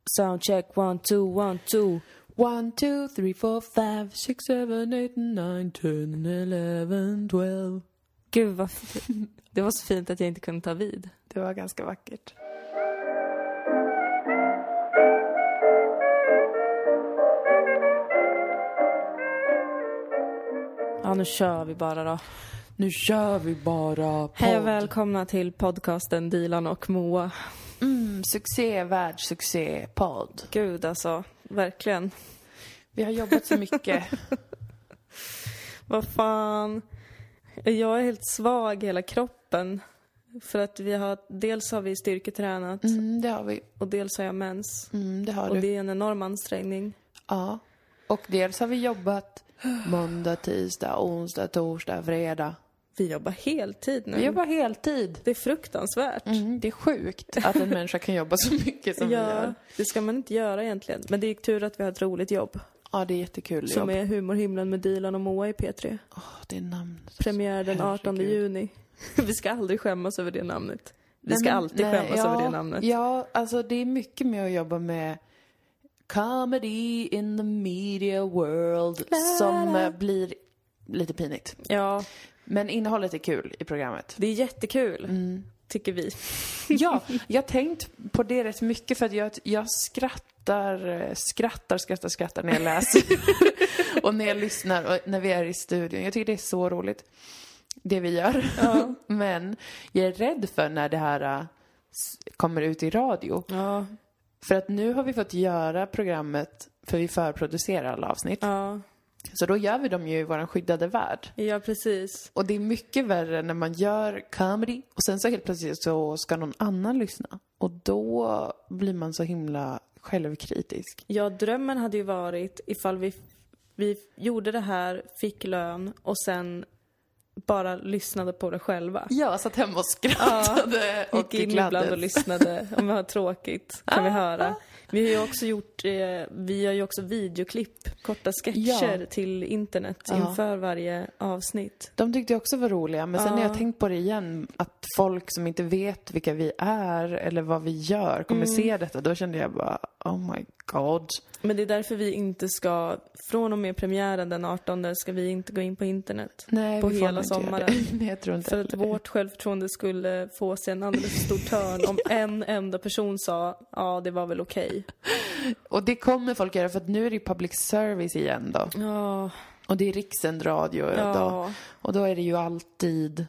Soundcheck 1, 2, 1, 2. 1, 2, 3, 4, 5, 6, 7, 8, 9, 10, 11, 12. Gud vad det var så fint att jag inte kunde ta vid. Det var ganska vackert. Ja, nu kör vi bara då. Nu kör vi bara podd. Hej och välkomna till podcasten Dilan och Moa. Succé, världssuccé, podd. Gud alltså, verkligen. Vi har jobbat så mycket. Vad fan. Jag är helt svag i hela kroppen. För att dels har vi styrketränat. Det har vi. Och dels har jag mens. Det har och du. det är en enorm ansträngning. Ja. Och dels har vi jobbat måndag, tisdag, onsdag, torsdag, fredag. Vi jobbar heltid nu. Vi jobbar heltid. Det är fruktansvärt. Det är sjukt att en människa kan jobba så mycket som vi gör. Det ska man inte göra egentligen. Men det är tur att vi har ett roligt jobb. Ja, det är jättekul som jobb. är Humorhimlen med Dilan och Moa i P3. Det är namnet. Premiär den 18 juni. Vi ska aldrig skämmas över det namnet. Vi ska alltid skämmas över det namnet. Ja, alltså det är mycket med att jobba med comedy in the media world som blir lite pinigt. Ja. Men innehållet är kul i programmet. Det är jättekul, tycker vi. Ja, jag har tänkt på det rätt mycket för att jag skrattar när jag läser. Och när jag lyssnar och när vi är i studion. Jag tycker det är så roligt, det vi gör. Ja. Men jag är rädd för när det här kommer ut i radio. Ja. För att nu har vi fått göra programmet, för vi förproducerar alla avsnitt. Ja. Så då gör vi dem ju i våran skyddade värld. Ja, precis. Och det är mycket värre när man gör comedy och sen så helt plötsligt så ska någon annan lyssna. Och då blir man så himla självkritisk. Ja, drömmen hade ju varit ifall vi gjorde det här, fick lön och sen bara lyssnade på det själva. Ja, satt hemma och skrattade och gick in ibland och lyssnade. Om vi har tråkigt kan vi höra. Vi har ju också videoklipp, korta sketcher till internet inför varje avsnitt. De tyckte jag också var roliga, men sen när jag tänkt på det igen, att folk som inte vet vilka vi är eller vad vi gör kommer se detta, då kände jag bara, oh my god. Men det är därför vi inte ska, från och med premiären den 18 ska vi inte gå in på internet. Nej, på vi får hela inte sommaren. Nej, jag tror inte för att vårt självförtroende skulle få sig en alldeles för stor törn om en enda person sa, ja det var väl okej. Och det kommer folk göra, för att nu är det public service igen då. Ja. Och det är Rikssänd radio då. Och då är det ju alltid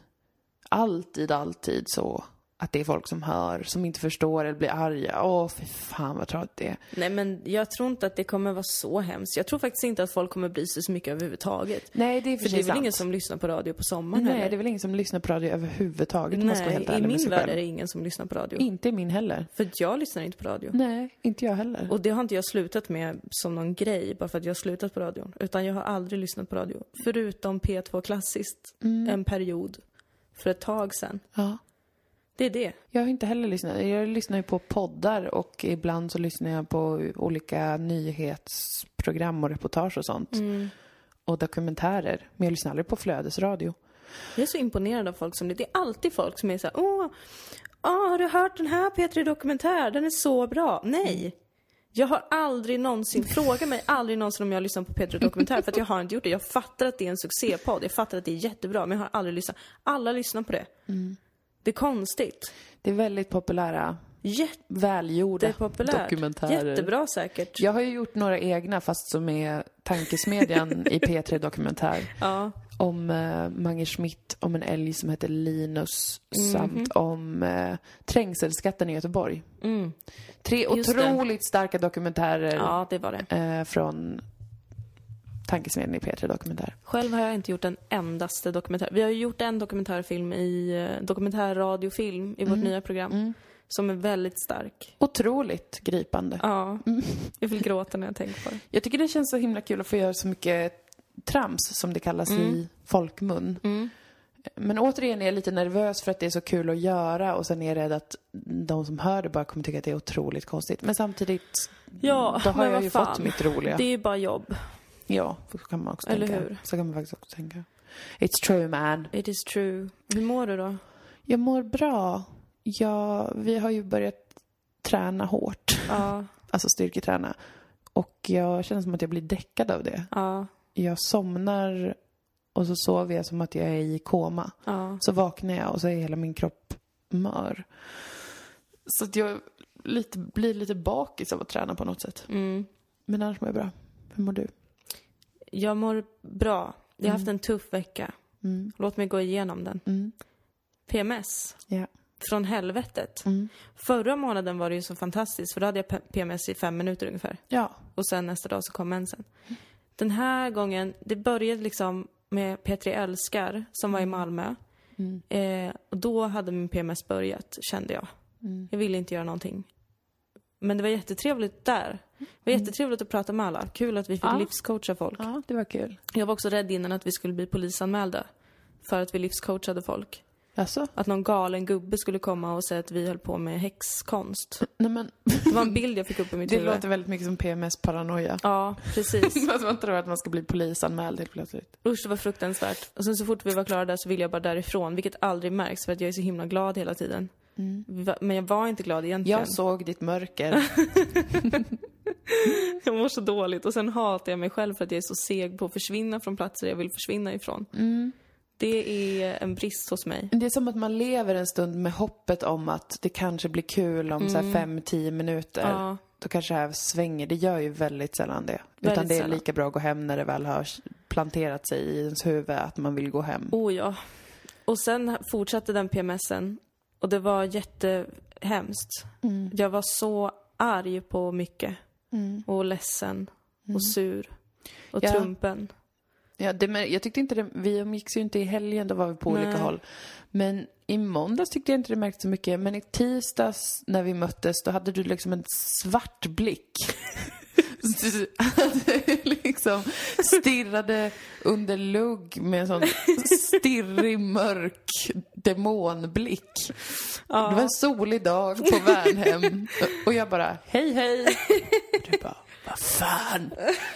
så att det är folk som hör, som inte förstår eller blir arga. Fy fan vad tråkigt det är. Nej, men jag tror inte att det kommer vara så hemskt. Jag tror faktiskt inte att folk kommer bry sig så mycket överhuvudtaget. Nej, det är för det är väl ingen som lyssnar på radio på sommaren. Nej, heller. det är väl ingen som lyssnar på radio överhuvudtaget. Nej, i min värld är det ingen som lyssnar på radio. Inte i min heller. För jag lyssnar inte på radio. Nej, inte jag heller. Och det har inte jag slutat med som någon grej, bara för att jag har slutat på radion. Utan jag har aldrig lyssnat på radio. Förutom P2 Klassiskt en period för ett tag sedan. Ja. Det är det. Jag har inte heller lyssnat. Jag lyssnar ju på poddar och ibland så lyssnar jag på olika nyhetsprogram och reportage och sånt. Och dokumentärer. Men jag lyssnar aldrig på flödesradio. Jag är så imponerad av folk som det. Det är alltid folk som är så här, har du hört den här P3 Dokumentär? Den är så bra. Nej. Jag har aldrig någonsin, fråga mig aldrig någonsin om jag har lyssnat på P3 Dokumentär, för att jag har inte gjort det. Jag fattar att det är en succépodd. Jag fattar att det är jättebra, men jag har aldrig lyssnat. Alla lyssnar på det. Det är konstigt. Det är väldigt populära, välgjorda dokumentärer. Jättebra säkert. Jag har ju gjort några egna, fast som är Tankesmedjan i P3 Dokumentär. Ja. Om Mange Schmidt, om en älg som heter Linus, samt om trängselskatten i Göteborg. 3 otroligt starka dokumentärer. Ja, det var det. Från Tankesmedjan i P3 Dokumentär. Själv har jag inte gjort en endaste dokumentär. Vi har ju gjort en dokumentärfilm dokumentärradiofilm i vårt nya program. Som är väldigt stark. Otroligt gripande. Ja, jag vill gråta när jag tänker på det. Jag tycker det känns så himla kul att få göra så mycket trams, som det kallas i folkmun. Men återigen är jag lite nervös för att det är så kul att göra, och sen är jag rädd att de som hör det bara kommer tycka att det är otroligt konstigt. Men samtidigt, då har jag ju fått mitt roliga. Det är ju bara jobb. Ja, så kan man också Eller tänka. hur? Så kan man faktiskt också tänka. It's true, man. It is true. Hur mår du då? Jag mår bra. Vi har ju börjat träna hårt. Ja. alltså styrketräna. Och jag känner som att jag blir däckad av det. Ja. Jag somnar och så sover jag som att jag är i koma. Ja. Så vaknar jag och så är hela min kropp mör. Så att jag blir lite bakis av att träna på något sätt. Mm. Men annars mår jag bra. Hur mår du? Jag mår bra. Jag har haft en tuff vecka. Låt mig gå igenom den. PMS. Ja. Från helvetet. Förra månaden var det ju så fantastiskt. För då hade jag PMS i 5 minuter ungefär. Ja. Och sen nästa dag så kom mensen. Den här gången, det började liksom med P3 Älskar som var i Malmö. Och då hade min PMS börjat, kände jag. Jag ville inte göra någonting. Men det var jättetrevligt där. Det var jättetrevligt att prata med alla. Kul att vi fick livscoacha folk. Ja, det var kul. Jag var också rädd innan att vi skulle bli polisanmälda. För att vi livscoachade folk. Alltså? Att någon galen gubbe skulle komma och säga att vi höll på med häxkonst. Nej, men... Det var en bild jag fick upp i mitt det huvud. låter väldigt mycket som PMS-paranoia. Ja, precis. Att man tror att man ska bli polisanmäld helt plötsligt. Usch, det var fruktansvärt. Och sen så fort vi var klara där så ville jag bara därifrån. Vilket aldrig märks för att jag är så himla glad hela tiden. Men jag var inte glad egentligen. Jag såg ditt mörker. Jag mår så dåligt. Och sen hatar jag mig själv för att jag är så seg på att försvinna från platser jag vill försvinna ifrån. Det är en brist hos mig. Det är som att man lever en stund med hoppet om att det kanske blir kul om så här 5-10 minuter. Ja. Då kanske det här svänger. Det gör ju väldigt sällan det. Väldigt Utan det är sällan. lika bra att gå hem när det väl har planterat sig i ens huvud att man vill gå hem. Oh ja. Och sen fortsatte den PMSen. Och det var jättehemskt. Jag var så arg på mycket. Och ledsen. Och sur. Och trumpen. Ja, jag tyckte inte det, vi umgicks ju inte i helgen, då var vi på olika håll. Men i måndags tyckte jag inte det märkte så mycket. Men i tisdags när vi möttes, då hade du liksom en svart blick. Du hade liksom stirrade under lugg med en sån stirrig, mörk demonblick. Ja. Det var en solig dag på Värnhem. Och jag bara, hej, hej. Och du bara, vad fan?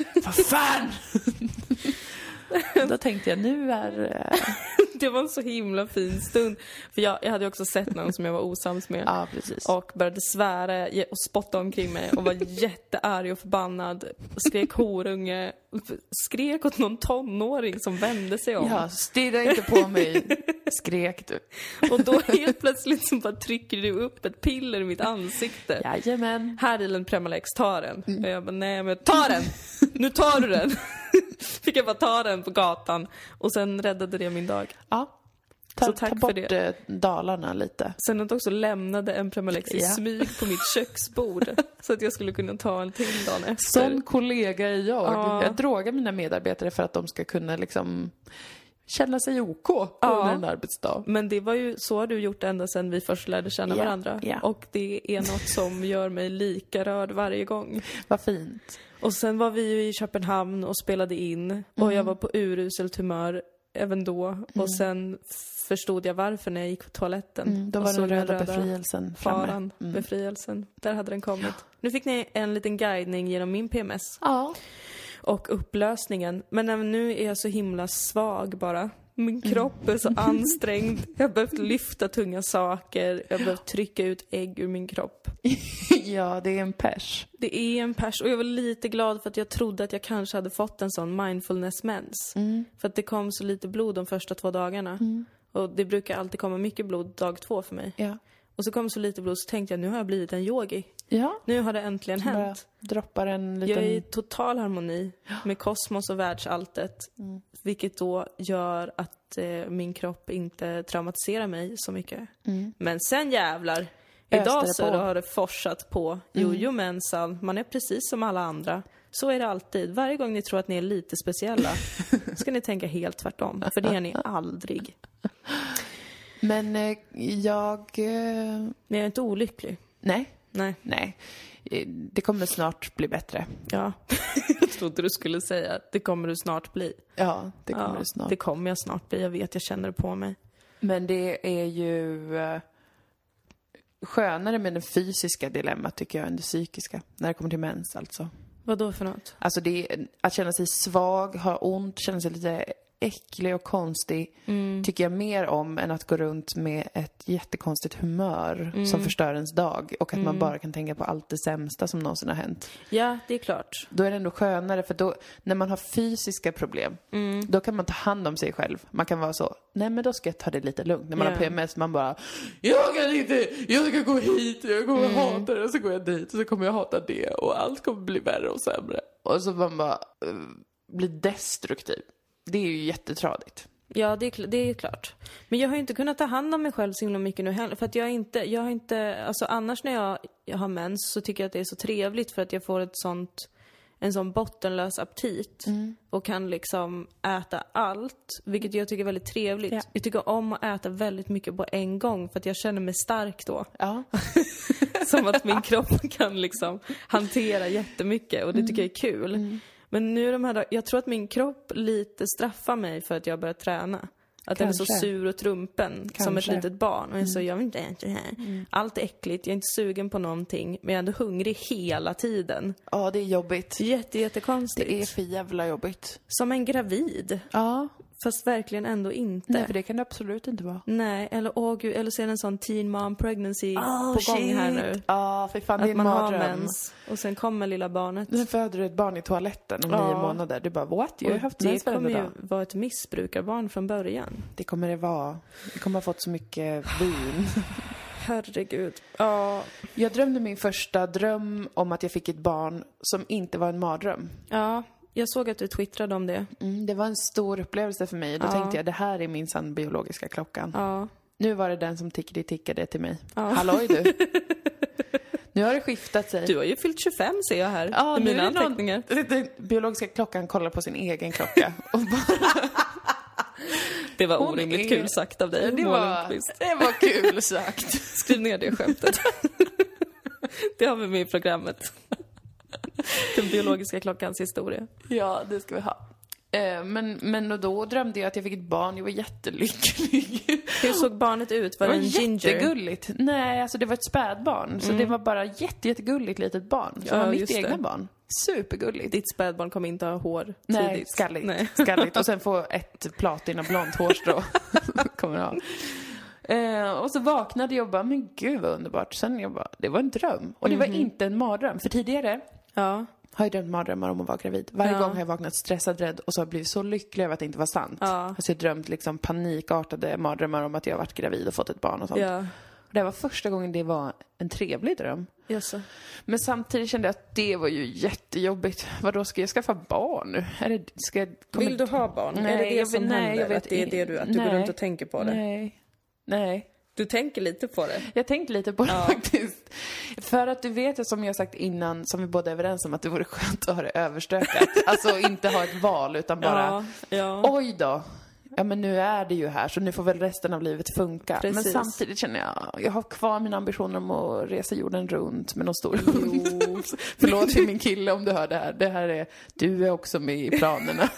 Då tänkte jag, nu är... Det var en så himla fin stund. För jag hade också sett någon som jag var osams med. Ja, precis. Och började svära och spotta omkring mig. Och var jättearg och förbannad. Skrek horunge. Skrek åt någon tonåring som vände sig om. Ja, stirra inte på mig, skrek du. Och då helt plötsligt så bara trycker du upp ett piller i mitt ansikte. Jajamän. Här är en Premalex, ta den. Och jag bara, nej men ta den! Nu tar du den! Fick jag bara ta den på gatan. Och sen räddade det min dag. Ja. Så Ta tack bort för det. Dalarna lite. Sen att också lämnade en Premalex i smyg på mitt köksbord. Så att jag skulle kunna ta en till dagen efter. Sån kollega är jag. Ja. Jag drogar mina medarbetare för att de ska kunna liksom känna sig OK under en arbetsdag. Men det var ju så har du gjort ända sedan vi först lärde känna varandra. Ja. Och det är något som gör mig lika rörd varje gång. Vad fint. Och sen var vi ju i Köpenhamn och spelade in. Och jag var på uruselt humör även då. Och sen förstod jag varför när jag gick på toaletten. Då och var såg den röda befrielsen framme. Faran, befrielsen. Där hade den kommit. Nu fick ni en liten guidning genom min PMS. Ja. Och upplösningen. Men nu är jag så himla svag bara. Min kropp är så ansträngd. Jag har behövt lyfta tunga saker. Jag har behövt trycka ut ägg ur min kropp. Ja, det är en pers. Det är en pers. Och jag var lite glad för att jag trodde att jag kanske hade fått en sån mindfulness-mens. För att det kom så lite blod de första 2 dagarna. Och det brukar alltid komma mycket blod dag 2 för mig. Ja. Och så kom så lite blod så tänkte jag, nu har jag blivit en yogi. Ja. Nu har det äntligen Bara hänt. droppar en liten... Jag är i total harmoni med kosmos och världsalltet. Vilket då gör att min kropp inte traumatiserar mig så mycket. Men sen jävlar. Idag så har det forsat på. Jojomensan, man är precis som alla andra. Så är det alltid. Varje gång ni tror att ni är lite speciella ska ni tänka helt tvärtom. För det är ni aldrig. Men jag... Men jag är inte olycklig. Nej. Det kommer snart bli bättre. Ja, jag trodde du skulle säga att det kommer du snart bli. Ja, det kommer det snart. Det kommer jag snart bli. Jag vet, jag känner det på mig. Men det är ju skönare med det fysiska dilemmat tycker jag än det psykiska. När det kommer till mens alltså. Vad då för något? Alltså det är att känna sig svag, ha ont, känna sig lite äcklig och konstig tycker jag mer om än att gå runt med ett jättekonstigt humör som förstör ens dag och att man bara kan tänka på allt det sämsta som någonsin har hänt. Ja, det är klart. Då är det ändå skönare, för då, när man har fysiska problem, då kan man ta hand om sig själv. Man kan vara så, nej men då ska jag ta det lite lugnt. När man har PMS, man bara, jag kan inte, jag ska gå hit, jag kommer hata det, och så går jag dit och så kommer jag hata det och allt kommer bli värre och sämre. Och så man bara blir destruktiv. Det är ju jättetradigt. Ja, det är klart. Men jag har ju inte kunnat ta hand om mig själv så himla mycket nu heller. För att jag har inte, alltså annars när jag har mens så tycker jag att det är så trevligt för att jag får en sån bottenlös aptit och kan liksom äta allt, vilket jag tycker är väldigt trevligt. Ja. Jag tycker om att äta väldigt mycket på en gång för att jag känner mig stark då. Ja. Som att min kropp kan liksom hantera jättemycket och det tycker jag är kul. Men nu jag tror att min kropp lite straffar mig för att jag börjar träna. Att den är så sur och trumpen som ett litet barn. Och jag vill inte äta det här. Allt är äckligt, jag är inte sugen på någonting. Men jag är ändå hungrig hela tiden. Ja, det är jobbigt. Jättekonstigt. Det är för jävla jobbigt. Som en gravid. Ja. Fast verkligen ändå inte. Nej, för det kan det absolut inte vara. Nej, eller så är det en sån teen mom pregnancy på gång här nu. Ja, för fan, det är en man mardröm. har mens och sen kommer lilla barnet. Sen föder du ett barn i toaletten om 9 månader. Du bara, what? Jag har haft mens varenda dag. Det kommer ju vara ett missbrukarbarn från början. Det kommer det vara. Vi kommer ha fått så mycket vin. Herregud. Ja. Jag drömde min första dröm om att jag fick ett barn som inte var en mardröm. Ja. Jag såg att du twittrade om det. Det var en stor upplevelse för mig. Då tänkte jag, det här är min sann biologiska klockan. Ja. Nu var det den som tickade till mig. Ja. Halloj du. Nu har det skiftat sig. Du har ju fyllt 25 ser jag här. I mina anteckningar. Den biologiska klockan kollar på sin egen klocka. Och bara... Det var orimligt kul sagt av dig. Det var kul sagt. Skriv ner det skämtet. Det har vi med i programmet. Den biologiska klockans historia. Ja, det ska vi ha. Men då drömde jag att jag fick ett barn. Jag var jättelycklig. Hur såg barnet ut? Var det en ginger? Jättegulligt. Nej, alltså det var ett spädbarn. Så det var bara jättegulligt litet barn. Som var mitt egna barn. Supergulligt. Ditt spädbarn kommer inte ha hår tidigt. Nej, skalligt. Och sen få ett platinablont hårstrå. Kommer ha. Och så vaknade jag och bara, men gud vad underbart. Sen jag bara, det var en dröm. Och det var inte en mardröm. För tidigare har jag drömt mardrömmar om att vara gravid. Varje gång har jag vaknat stressad, rädd och så har jag blivit så lycklig över att det inte var sant. Alltså jag drömt liksom panikartade mardrömmar om att jag har varit gravid och fått ett barn och sånt. Ja. Och det var första gången det var en trevlig dröm. Yes. Men samtidigt kände jag att det var ju jättejobbigt. Vadå, ska jag skaffa barn nu? Vill du ha barn? Nej, är det det som händer? Jag vet, att det är det du går runt och tänker på det? Nej. Du tänker lite på det? Jag tänkte lite på det faktiskt. För att du vet, som jag sagt innan, som vi båda är överens om, att det vore skönt att ha det överstökat. Alltså inte ha ett val, utan bara, oj då. Ja, men nu är det ju här, så nu får väl resten av livet funka. Precis. Men samtidigt känner jag har kvar mina ambitioner om att resa jorden runt med någon stor hund. Förlåt för min kille om du hör det här. Det här är, du är också med i planerna.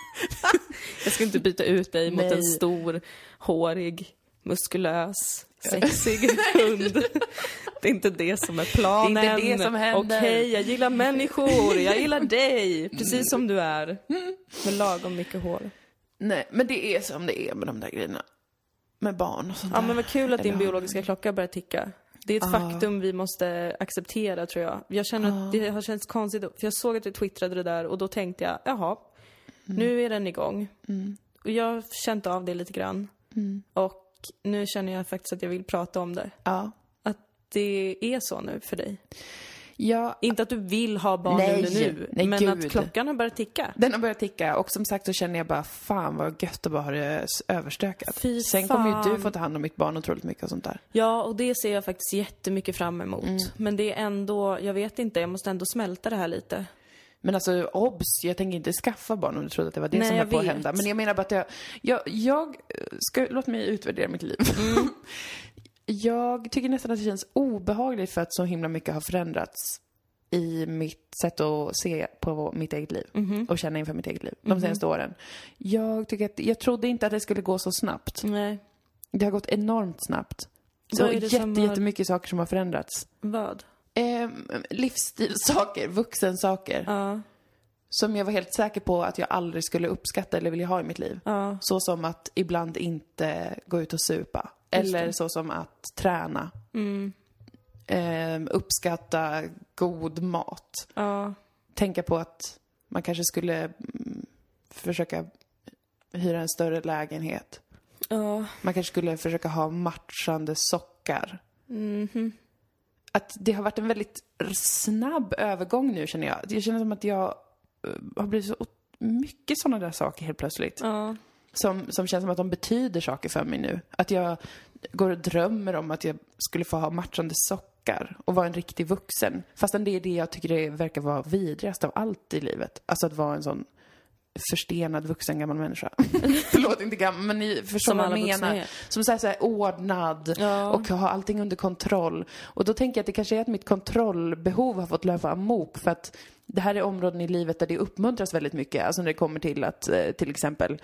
Jag ska inte byta ut dig mot en stor, hårig, muskulös, sexig hund. Det är inte det som är planen. Det är inte det som händer. Okej, jag gillar människor. Jag gillar dig. Precis som du är. Med lagom mycket hår. Nej, men det är som det är med de där grejerna. Med barn och sånt där. Ja, men vad kul att din biologiska klocka börjar ticka. Det är ett faktum vi måste acceptera, tror jag. Jag känner att det har känts konstigt. För jag såg att du twittrade det där och då tänkte jag, jaha, nu är den igång. Och jag har känt av det lite grann. Och nu känner jag faktiskt att jag vill prata om det. Ja. Att det är så nu för dig. Ja. Inte att du vill ha barn nu, men gud. Att klockan har börjat ticka. Den har börjat ticka, och som sagt så känner jag bara, fan vad gött att bara ha det överstökat. Sen kommer ju du få ta hand om mitt barn otroligt mycket och sånt där. Ja, och det ser jag faktiskt jättemycket fram emot. Men det är ändå, jag vet inte, jag måste ändå smälta det här lite. Men alltså, obs, jag tänker inte skaffa barn om du trodde att det var det som höll på att hända. Men jag menar bara att jag ska, låt mig utvärdera mitt liv. Jag tycker nästan att det känns obehagligt för att så himla mycket har förändrats i mitt sätt att se på mitt eget liv och känna inför mitt eget liv de senaste åren. Jag trodde inte att det skulle gå så snabbt. Nej. Det har gått enormt snabbt. Så jättemycket saker som har förändrats. Vad? Livsstilsaker, vuxensaker. Ja. som jag var helt säker på att jag aldrig skulle uppskatta eller vilja ha i mitt liv. Ja. Så som att ibland inte gå ut och supa. Eller så som att träna. Uppskatta god mat. Ja. Tänka på att man kanske skulle försöka hyra en större lägenhet. Ja. Man kanske skulle försöka ha matchande sockar. Att det har varit en väldigt snabb övergång nu, känner jag. Det känns som att jag har blivit så mycket sådana där saker helt plötsligt. Ja. Som känns som att de betyder saker för mig nu. Att jag går och drömmer om att jag skulle få ha matchande sockar och vara en riktig vuxen. Fastän det är det jag tycker det verkar vara vidrigast av allt i livet. Alltså att vara en sån förstenad vuxen gammal människa. Förlåt, inte gammal, men ni förstår vad jag menar. Som så här ordnad och har allting under kontroll. Och då tänker jag att det kanske är att mitt kontrollbehov har fått löpa amok, för att det här är områden i livet där det uppmuntras väldigt mycket. Alltså när det kommer till att till exempel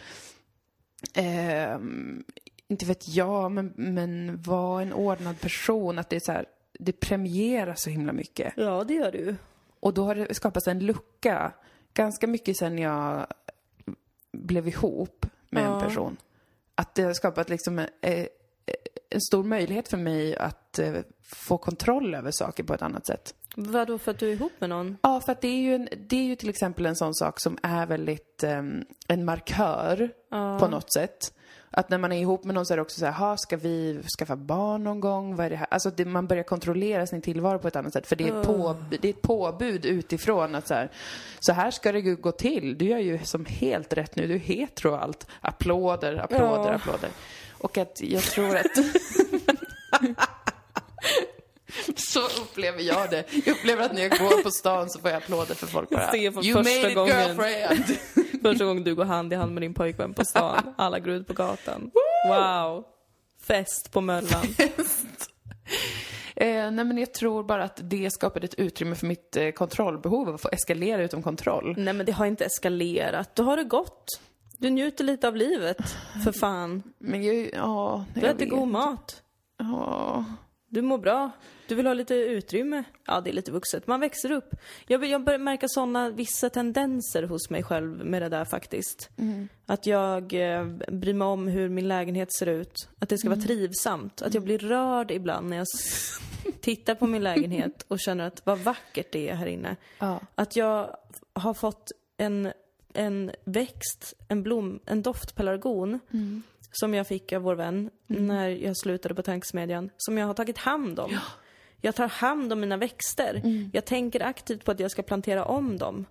inte vet jag, men vara en ordnad person, att det är så här, det premieras så himla mycket. Ja, det gör du. Och då har det skapats en lucka ganska mycket sen jag blev ihop med en person. Att det har skapat liksom en stor möjlighet för mig att få kontroll över saker på ett annat sätt. Vadå, för att du är ihop med någon? Ja, för att det är ju till exempel en sån sak som är väldigt en markör på något sätt. Att när man är ihop med någon så är det också så här, ska vi skaffa barn någon gång? Vad är det här? Alltså man börjar kontrollera sin tillvaro på ett annat sätt. För det är ett påbud utifrån att så här ska det gå till. Du gör ju som helt rätt nu. Du är hetero och allt. Applåder. Och att jag tror att... Så upplever jag det. Jag upplever att när jag går på stan så får jag applåder för folk bara. You made it, girlfriend. Första gången du går hand i hand med din pojkvän på stan. Alla går ut på gatan. Wow. Fest på Möllan. Nej, men jag tror bara att det skapade ett utrymme för mitt kontrollbehov att få eskalera utom kontroll. Nej, men det har inte eskalerat. Då har det gått. Du njuter lite av livet, för fan. Men du äter god mat. Ja. Du mår bra. Du vill ha lite utrymme. Ja, det är lite vuxet. Man växer upp. Jag börjar märka vissa tendenser hos mig själv med det där faktiskt. Att jag bryr mig om hur min lägenhet ser ut. Att det ska vara trivsamt. Att jag blir rörd ibland när jag tittar på min lägenhet och känner att vad vackert det är här inne. Ja. Att jag har fått en växt, en doftpelargon som jag fick av vår vän när jag slutade på tankesmedjan, som jag har tagit hand om. Ja. Jag tar hand om mina växter. Jag tänker aktivt på att jag ska plantera om dem.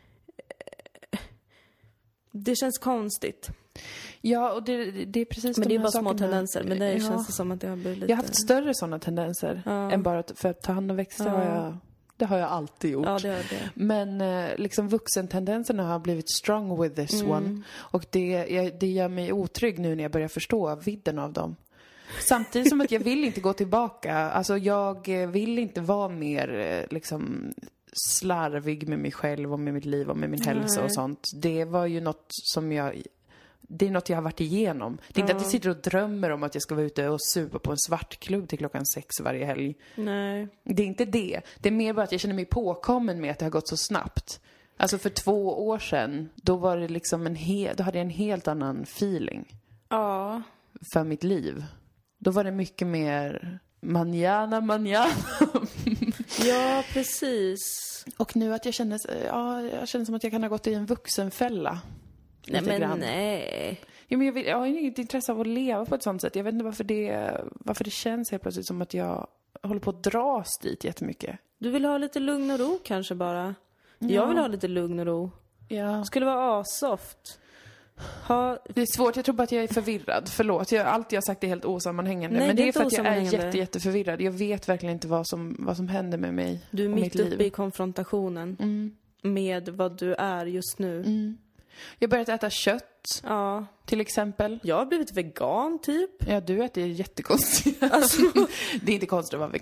Det känns konstigt. Ja, och det är precis. Men det är bara små tendenser. Men det känns som att det har blivit lite... Jag har haft större sådana tendenser än bara för att ta hand om växter. Det har jag alltid gjort. Ja, det är det. Men liksom vuxentendenserna har blivit strong with this one. Och det gör mig otrygg nu när jag börjar förstå vidden av dem. Samtidigt som att jag vill inte gå tillbaka. Alltså jag vill inte vara mer liksom slarvig med mig själv och med mitt liv och med min hälsa och sånt. Det var ju något som det är något jag har varit igenom. Det är inte att jag sitter och drömmer om att jag ska vara ute och supa på en svartklubb till 6 varje helg. Nej. Det är inte det. Det är mer bara att jag känner mig påkommen med att det har gått så snabbt. Alltså för 2 år sedan, då var det liksom då hade jag en helt annan feeling. Ja. För mitt liv. Då var det mycket mer manjana. Ja, precis. Och nu att jag känner som att jag kan ha gått i en vuxenfälla. Nej, men nej. Ja, men jag har inget intresse av att leva på ett sånt sätt. Jag vet inte varför det känns helt plötsligt som att jag håller på att dras dit jättemycket. Du vill ha lite lugn och ro kanske bara. Ja. Jag vill ha lite lugn och ro. Ja. Skulle vara asoft. Det är svårt, jag tror bara att jag är förvirrad. Förlåt, allt jag har sagt är helt osammanhängande. Nej, men det är för att jag är jätteförvirrad. Jag vet verkligen inte vad som händer med mig. Du är och mitt mitt uppe liv. i konfrontationen med vad du är just nu. Jag har börjat äta kött, till exempel. Jag har blivit vegan, typ. Ja, du äter jättekonstigt. Alltså. Det är inte konstigt att vara vegan.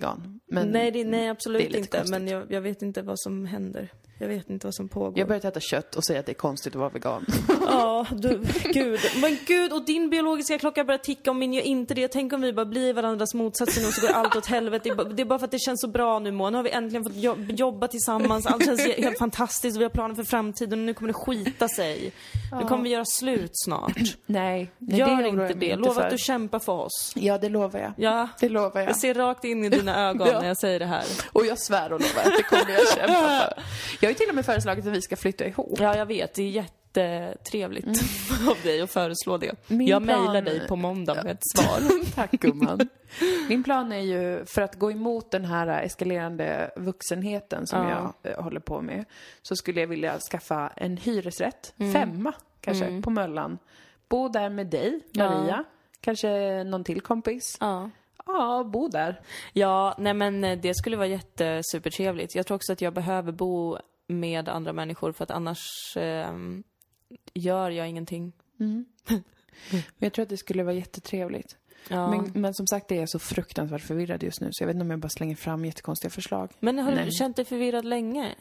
Men nej, absolut det är lite inte. konstigt. Men jag vet inte vad som händer. Jag vet inte vad som pågår. Jag har börjat äta kött och säga att det är konstigt att vara vegan. Ja, gud. Men gud, och din biologiska klocka börjar ticka om min gör inte det. Tänk om vi bara blir varandras motsatser nu och så går allt åt helvete. Det är bara för att det känns så bra nu, Moa. Nu har vi äntligen fått jobba tillsammans. Allt känns helt fantastiskt och vi har planer för framtiden och nu kommer det skita sig. Nu kommer vi göra slut snart. Nej, Gör det inte det. Lova att du kämpar för oss. Ja, det lovar jag. Ja, Det lovar jag. jag ser rakt in i dina ögon när jag säger det här. Och jag svär och lovar att det kommer jag kämpa för. Jag har ju till och med föreslagit att vi ska flytta ihop. Ja, jag vet. Det är jättetrevligt av dig att föreslå det. Jag mejlar dig på måndag med ett svar. Tack, gumman. Min plan är ju, för att gå emot den här eskalerande vuxenheten som jag håller på med, så skulle jag vilja skaffa en hyresrätt, 5 kanske, på Möllan. Bo där med dig, Maria. Kanske någon till kompis. Ja, bo där. Ja, nej men det skulle vara jättesupertrevligt. Jag tror också att jag behöver bo med andra människor för att annars gör jag ingenting. Men jag tror att det skulle vara jättetrevligt. Ja. Men som sagt, det är jag så fruktansvärt förvirrad just nu, så jag vet inte om jag bara slänger fram jättekonstiga förslag. Men har du känt dig förvirrad länge?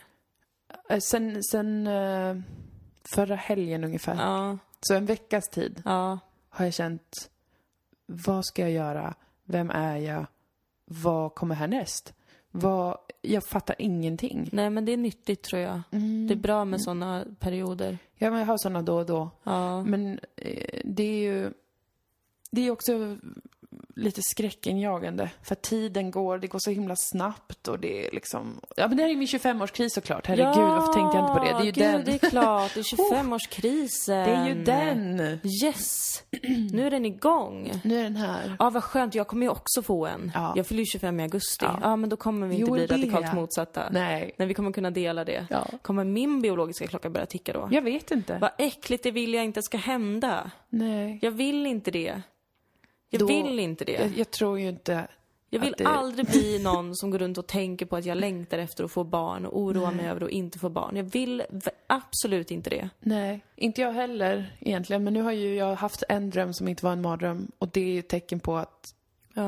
Sen förra helgen ungefär. Ja. Så en veckas tid Ja. har jag känt, vad ska jag göra? Vem är jag? Vad kommer härnäst? Jag fattar ingenting. Nej, men det är nyttigt tror jag. Det är bra med såna perioder. Ja, men jag har såna då och då. Ja. Men det är också lite skräckinjagande. För tiden det går så himla snabbt och det är liksom... Ja, men det här är min 25-årskris såklart. Herregud, varför tänkte jag inte på det? Det är ju den. Det är klart. Det är 25-årskrisen. Det är ju den. Yes. Nu är den igång. Nu är den här. Ja, vad skönt. Jag kommer ju också få en. Ja. Jag fyller ju 25 i augusti. Ja, men då kommer vi inte bli radikalt motsatta. Nej. Men vi kommer kunna dela det. Ja. Kommer min biologiska klocka börja ticka då? Jag vet inte. Vad äckligt, det vill jag inte ska hända. Nej. Jag vill inte det. Jag vill inte det. Jag tror ju inte... Jag vill aldrig bli någon som går runt och tänker på att jag längtar efter att få barn och oroar mig över att inte få barn. Jag vill absolut inte det. Nej, inte jag heller egentligen. Men nu har ju jag haft en dröm som inte var en mardröm. Och det är ju ett tecken på att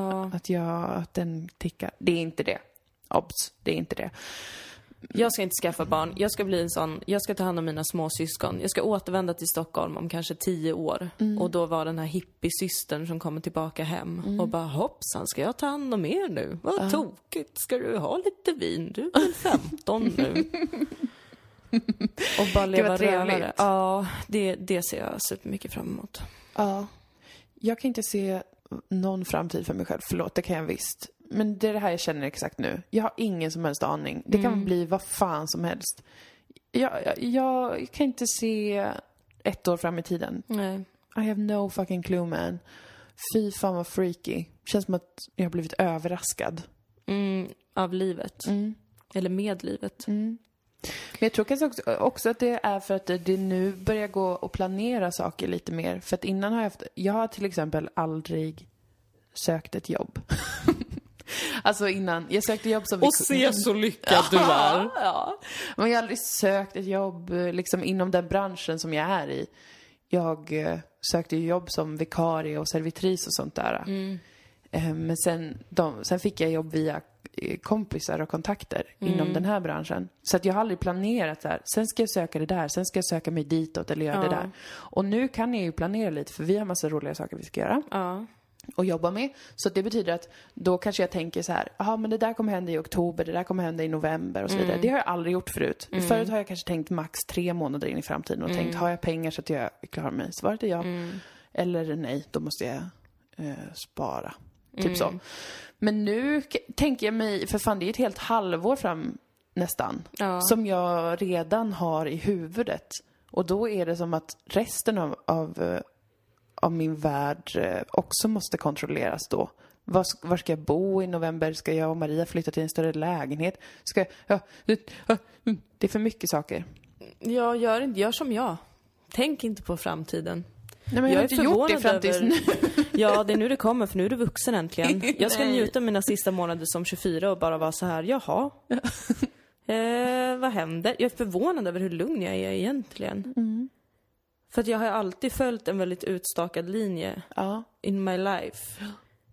den tickar. Det är inte det. Obs, det är inte det. Jag ska inte skaffa barn. Jag ska bli en sån. Jag ska ta hand om mina små syskon. Jag ska återvända till Stockholm om kanske 10 år. Och då var den här hippiesystern som kommer tillbaka hem. Och bara, hoppsan, ska jag ta hand om er nu? Vad tokigt. Ska du ha lite vin? Du är väl 15 nu. Och bara leva rövare. Ja, det ser jag supermycket fram emot. Ja. Jag kan inte se någon framtid för mig själv. Förlåt, det kan jag visst. Men det är det här jag känner exakt nu. Jag har ingen som helst aning. Det kan bli vad fan som helst. Jag kan inte se 1 år fram i tiden. Nej. I have no fucking clue, man. Fy fan vad freaky. Känns som att jag har blivit överraskad. Av livet. Eller med livet. Men jag tror kanske också att det är för att det nu börjar gå att planera saker lite mer. För att innan har jag har till exempel aldrig sökt ett jobb. Alltså innan, jag sökte jobb som... Och se så lyckad du är. Ja. Men jag har aldrig sökt ett jobb liksom inom den branschen som jag är i. Jag sökte ju jobb som vikarie och servitris och sånt där. Men sen fick jag jobb via kompisar och kontakter inom den här branschen. Så att jag har aldrig planerat så här. Sen ska jag söka det där, sen ska jag söka mig ditåt eller göra det där. Och nu kan jag ju planera lite, för vi har massa roliga saker vi ska göra. Och jobba med. Så det betyder att då kanske jag tänker så här, men det där kommer hända i oktober, det där kommer hända i november och så vidare. Det har jag aldrig gjort förut. Förut har jag kanske tänkt max 3 månader in i framtiden och tänkt, har jag pengar så att jag klarar mig? Svaret är ja. Eller nej, då måste jag spara. Typ så. Men nu tänker jag mig, för fan det är ett helt halvår fram nästan. Som jag redan har i huvudet. Och då är det som att resten av min värld också måste kontrolleras då. Var ska jag bo i november? Ska jag och Maria flytta till en större lägenhet? Det är för mycket saker. Jag gör som jag. Tänk inte på framtiden. Nej, men jag har inte gjort det fram tills nu. Ja, det är nu det kommer, för nu är du vuxen äntligen. Jag ska njuta mina sista månader som 24 och bara vara så här, jaha. Vad händer? Jag är förvånad över hur lugn jag är egentligen. För att jag har alltid följt en väldigt utstakad linje in my life.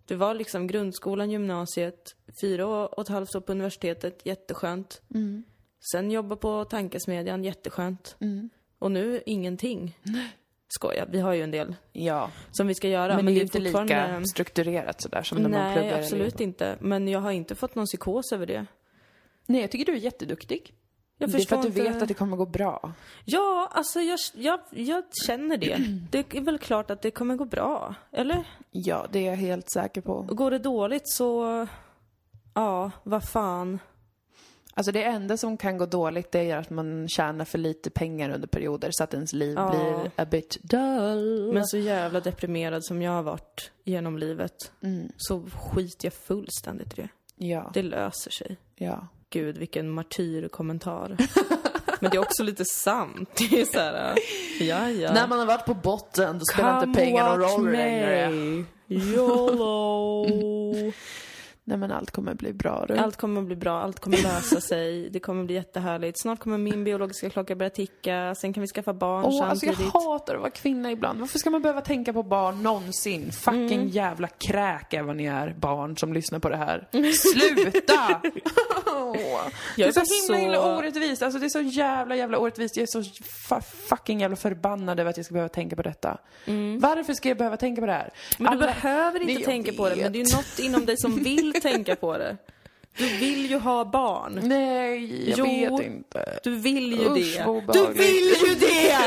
Det var liksom grundskolan, gymnasiet, 4,5 år på universitetet, jätteskönt. Sen jobba på tankesmedjan, jätteskönt. Och nu ingenting. Skoja, vi har ju en del som vi ska göra. Men det är ju det inte lika strukturerat sådär som när man pluggar. Nej, absolut inte. Men jag har inte fått någon psykos över det. Nej, jag tycker du är jätteduktig. Det är för att du vet att det kommer gå bra. Ja, alltså jag känner det. Det är väl klart att det kommer gå bra, eller? Ja, det är jag helt säker på. Går det dåligt så... Ja, vad fan. Alltså det enda som kan gå dåligt, det är att man tjänar för lite pengar under perioder så att ens liv blir a bit dull. Men så jävla deprimerad som jag har varit genom livet, så skiter jag fullständigt i det. Ja. Det löser sig. Ja. Gud, vilken martyrkommentar. Men det är också lite sant. Det är så här, ja. När man har varit på botten, då spelar inte pengar någon roll längre. YOLO. Nej, men allt kommer bli bra. Allt kommer bli bra, allt kommer lösa sig. Det kommer bli jättehärligt. Snart kommer min biologiska klocka börja ticka. Sen kan vi skaffa barn samtidigt. Alltså jag hatar att vara kvinna ibland. Varför ska man behöva tänka på barn någonsin? Fucking jävla kräk är vad ni är, barn som lyssnar på det här. Sluta! Det är så himla orättvist. Alltså det är så jävla orättvist. Jag är så fucking jävla förbannad över att jag ska behöva tänka på detta. Varför ska jag behöva tänka på det här? Men du behöver inte tänka på det. Men det är ju något inom dig som vill tänka på det. Du vill ju ha barn. Nej, jag vet inte. Du vill ju det. Du vill ju det!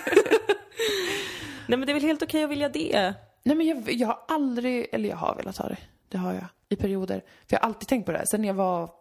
Nej, men det är väl helt okej att vilja det. Nej, men jag har aldrig... Eller jag har velat ha det. Det har jag. I perioder. För jag har alltid tänkt på det här. Sen jag var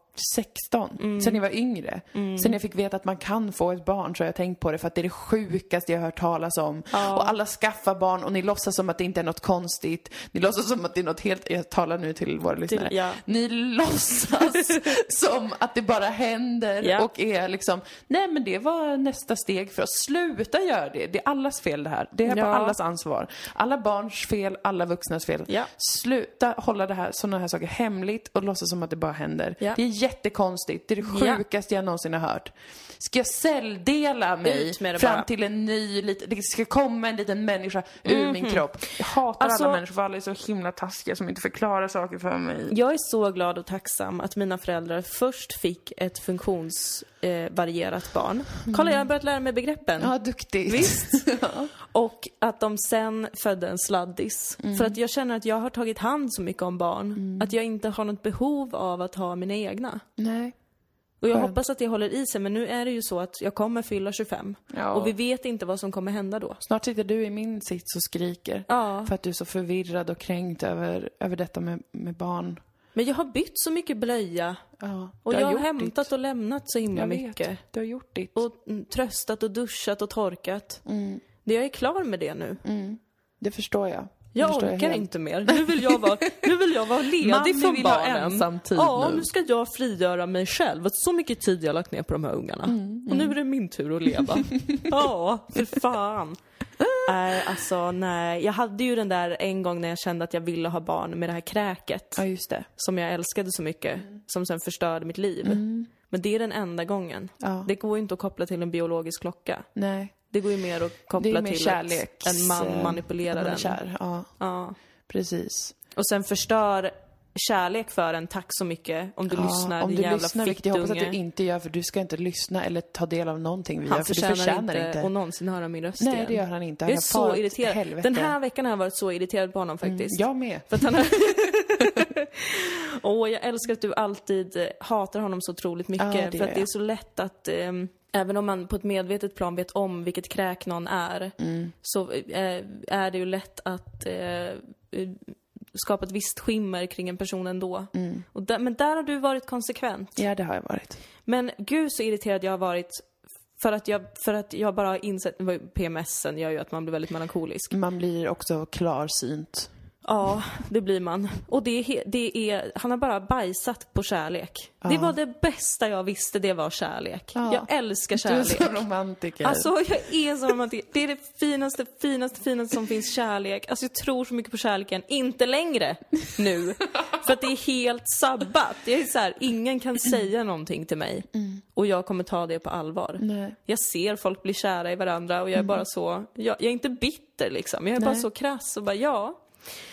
16. Sen jag var yngre. Sen jag fick veta att man kan få ett barn, så har jag tänkt på det, för att det är det sjukaste jag har hört talas om. Och alla skaffar barn och ni låtsas som att det inte är något konstigt. Ni låtsas som att det är något helt... Jag talar nu till våra lyssnare. Ni låtsas som att det bara händer och är liksom... Nej, men det var nästa steg för att sluta göra det. Det är allas fel det här. Det är på allas ansvar. Alla barns fel, alla vuxnas fel. Sluta hålla det här, sådana här saker hemligt och låtsas som att det bara händer. Det är jättekonstigt. Det är det sjukaste jag någonsin har hört. Ska jag celldela mig fram till en ny... Det ska komma en liten människa ur min kropp. Jag hatar alla människor, för alla är så himla taskiga som inte förklarar saker för mig. Jag är så glad och tacksam att mina föräldrar först fick ett funktionsvarierat barn. Kolla, jag har börjat lära mig begreppen. Ja, duktigt. Visst. Och att de sen födde en sladdis. För att jag känner att jag har tagit hand så mycket om barn. Att jag inte har något behov av att ha mina egna. Nej. Och jag hoppas att det håller i sig. Men nu är det ju så att jag kommer fylla 25. Och vi vet inte vad som kommer hända då. Snart sitter du i min sits och skriker. För att du är så förvirrad och kränkt över detta med barn. Men jag har bytt så mycket blöja. Och jag har hämtat och lämnat så himla mycket. Du har gjort ditt. Och tröstat och duschat och torkat. Jag är klar med det nu. Det förstår jag. Jag orkar inte mer. Nu vill jag vara ledig från barnen. Nu ska jag frigöra mig själv. Så mycket tid jag har lagt ner på de här ungarna. Och nu är det min tur att leva. För fan. Alltså nej. Jag hade ju den där en gång när jag kände att jag ville ha barn med det här kräket. Ja, just det. Som jag älskade så mycket. Som sen förstörde mitt liv. Men det är den enda gången. Det går ju inte att koppla till en biologisk klocka. Nej. Det går ju mer att koppla till kärlek, en man manipulerar den. Kär. Ja, precis. Och sen förstör kärlek för en. Tack så mycket om du lyssnar, om din du jävla lyssnar, vilket jag hoppas att du inte gör, för du ska inte lyssna eller ta del av någonting vi gör, för du förtjänar inte och någonsin höra min röst igen. igen. Det gör han inte. Jag är så irriterad. Den här veckan har jag varit så irriterad på honom faktiskt. Jag med. För att han jag älskar att du alltid hatar honom så otroligt mycket. För att det är så lätt att... Även om man på ett medvetet plan vet om vilket kräk någon är, så är det ju lätt att skapa ett visst skimmer kring en person ändå. Men där har du varit konsekvent. Ja, det har jag varit. Men gud så irriterad jag har varit för att jag bara har insett... PMSen gör ju att man blir väldigt melankolisk. Man blir också klarsynt. Ja, det blir man. Och han har bara bajsat på kärlek. Det var det bästa jag visste, det var kärlek. Jag älskar kärlek. Du är så romantiker. Alltså, jag är så romantiker. Det är det finaste som finns, kärlek. Alltså, jag tror så mycket på kärleken. Inte längre nu. För att det är helt sabbat. Det är så här, ingen kan säga någonting till mig. Och jag kommer ta det på allvar. Nej. Jag ser folk bli kära i varandra och jag är bara så... Jag är inte bitter liksom. Jag är bara så krass och bara,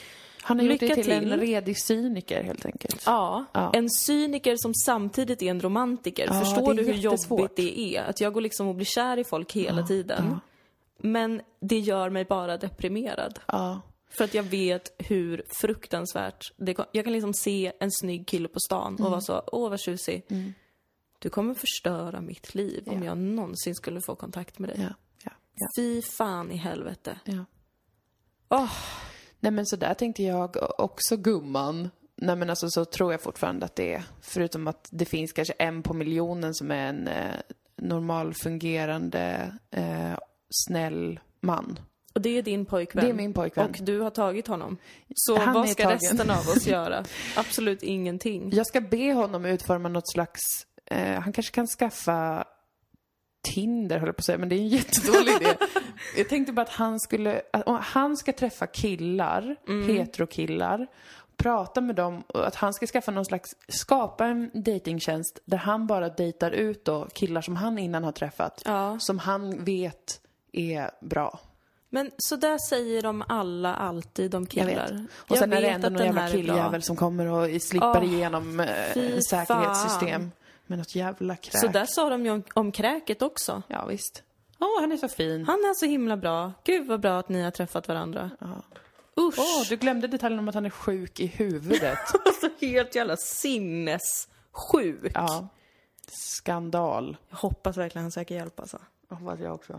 Han har gjort Lycka det till till. en redig cyniker helt enkelt. Ja, Ja. en cyniker som samtidigt är en romantiker. Ja, Förstår det är du hur jättesvårt. jobbigt det är? Att jag går liksom och blir kär i folk hela tiden. Ja. Men det gör mig bara deprimerad. Ja. För att jag vet hur fruktansvärt jag kan liksom se en snygg kille på stan och vara så, vad tjusig. Du kommer förstöra mitt liv om jag någonsin skulle få kontakt med dig. Ja. Ja. Ja. Fy fan i helvete. Ja. Åh, Nej men så där tänkte jag också, gumman. Nej men alltså så tror jag fortfarande att det är. Förutom att det finns kanske 1 på miljonen som är en normal fungerande snäll man. och det är din pojkvän. Det är min pojkvän. Och du har tagit honom. Så Han vad är ska tagen. resten av oss göra? Absolut ingenting. Jag ska be honom utforma något slags... han kanske kan skaffa Tinder, höll jag på att säga, men det är en jättedålig idé. Jag tänkte bara att han ska träffa killar, heterokillar, prata med dem och att han ska skapa en datingtjänst där han bara dejtar ut då killar som han innan har träffat. Ja. Som han vet är bra. Men så där säger de alla alltid om Jag killar. vet. Och sen är det ändå någon jävla killjävel som kommer och slipper igenom fy säkerhetssystem. Med något jävla kräk. Så där sa de ju om kräket också. Ja, visst. Han är så fin. Han är så himla bra. Gud vad bra att ni har träffat varandra. Ja. Usch. Du glömde detaljen om att han är sjuk i huvudet. Alltså helt jävla sinnessjuk. Ja. Skandal. Jag hoppas verkligen han söker hjälp alltså. Jag hoppas jag också.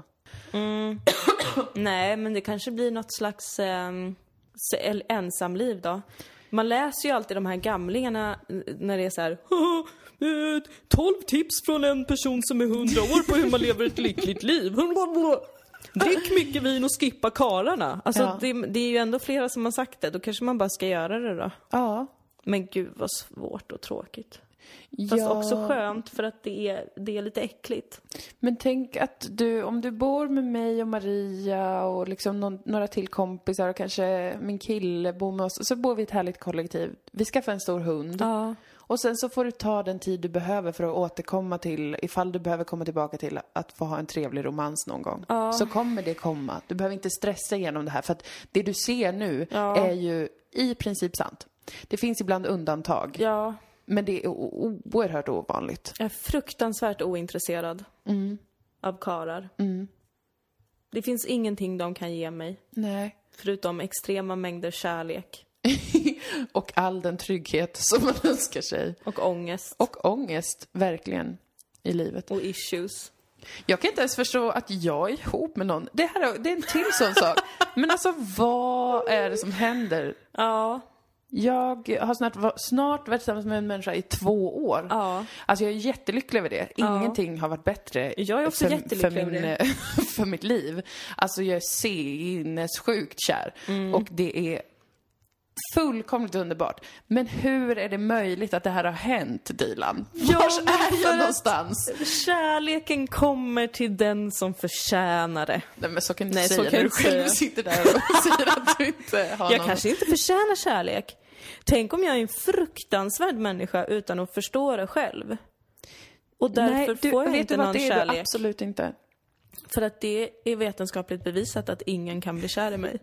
Nej, men det kanske blir något slags ensamliv då. Man läser ju alltid de här gamlingarna när det är så här 12 tips från en person som är 100 år på hur man lever ett lyckligt liv. Drick mycket vin och skippa karlarna. Alltså det är ju ändå flera som har sagt det. Då kanske man bara ska göra det då. Ja. Men gud vad svårt och tråkigt. Fast också skönt för att det är lite äckligt. Men tänk att om du bor med mig och Maria och liksom några till kompisar och kanske min kille bor med oss. Så bor vi i ett härligt kollektiv. Vi skaffar en stor hund. Ja. Och sen så får du ta den tid du behöver för att återkomma till, ifall du behöver komma tillbaka till att få ha en trevlig romans någon gång. Ja. Så kommer det komma. Du behöver inte stressa igenom det här. För att det du ser nu är ju i princip sant. Det finns ibland undantag. Ja. Men det är oerhört ovanligt. Jag är fruktansvärt ointresserad av karar. Det finns ingenting de kan ge mig. Nej. Förutom extrema mängder kärlek. Och all den trygghet som man önskar sig. Och ångest. Och ångest, verkligen, i livet. Och issues. Jag kan inte ens förstå att jag är ihop med någon. Det är en till sån sak. Men alltså, vad är det som händer? Ja. Jag har snart varit tillsammans med en människa i 2 år. Ja. Alltså jag är jättelycklig över det. Ingenting har varit bättre. Jag är också jättelycklig över det. För mitt liv. Alltså jag är sinnessjukt kär. Och det är fullkomligt underbart. Men hur är det möjligt att det här har hänt, Dilan? Vars är jag någonstans? Kärleken kommer till den som förtjänar det. Nej, men så kan du Nej, säga så kan när du jag själv säga. sitter där och säger att du inte har Jag någon... kanske inte förtjänar kärlek. Tänk om jag är en fruktansvärd människa utan att förstå det själv. Och därför får jag inte någon det är kärlek. Du absolut inte. För att det är vetenskapligt bevisat att ingen kan bli kär i mig.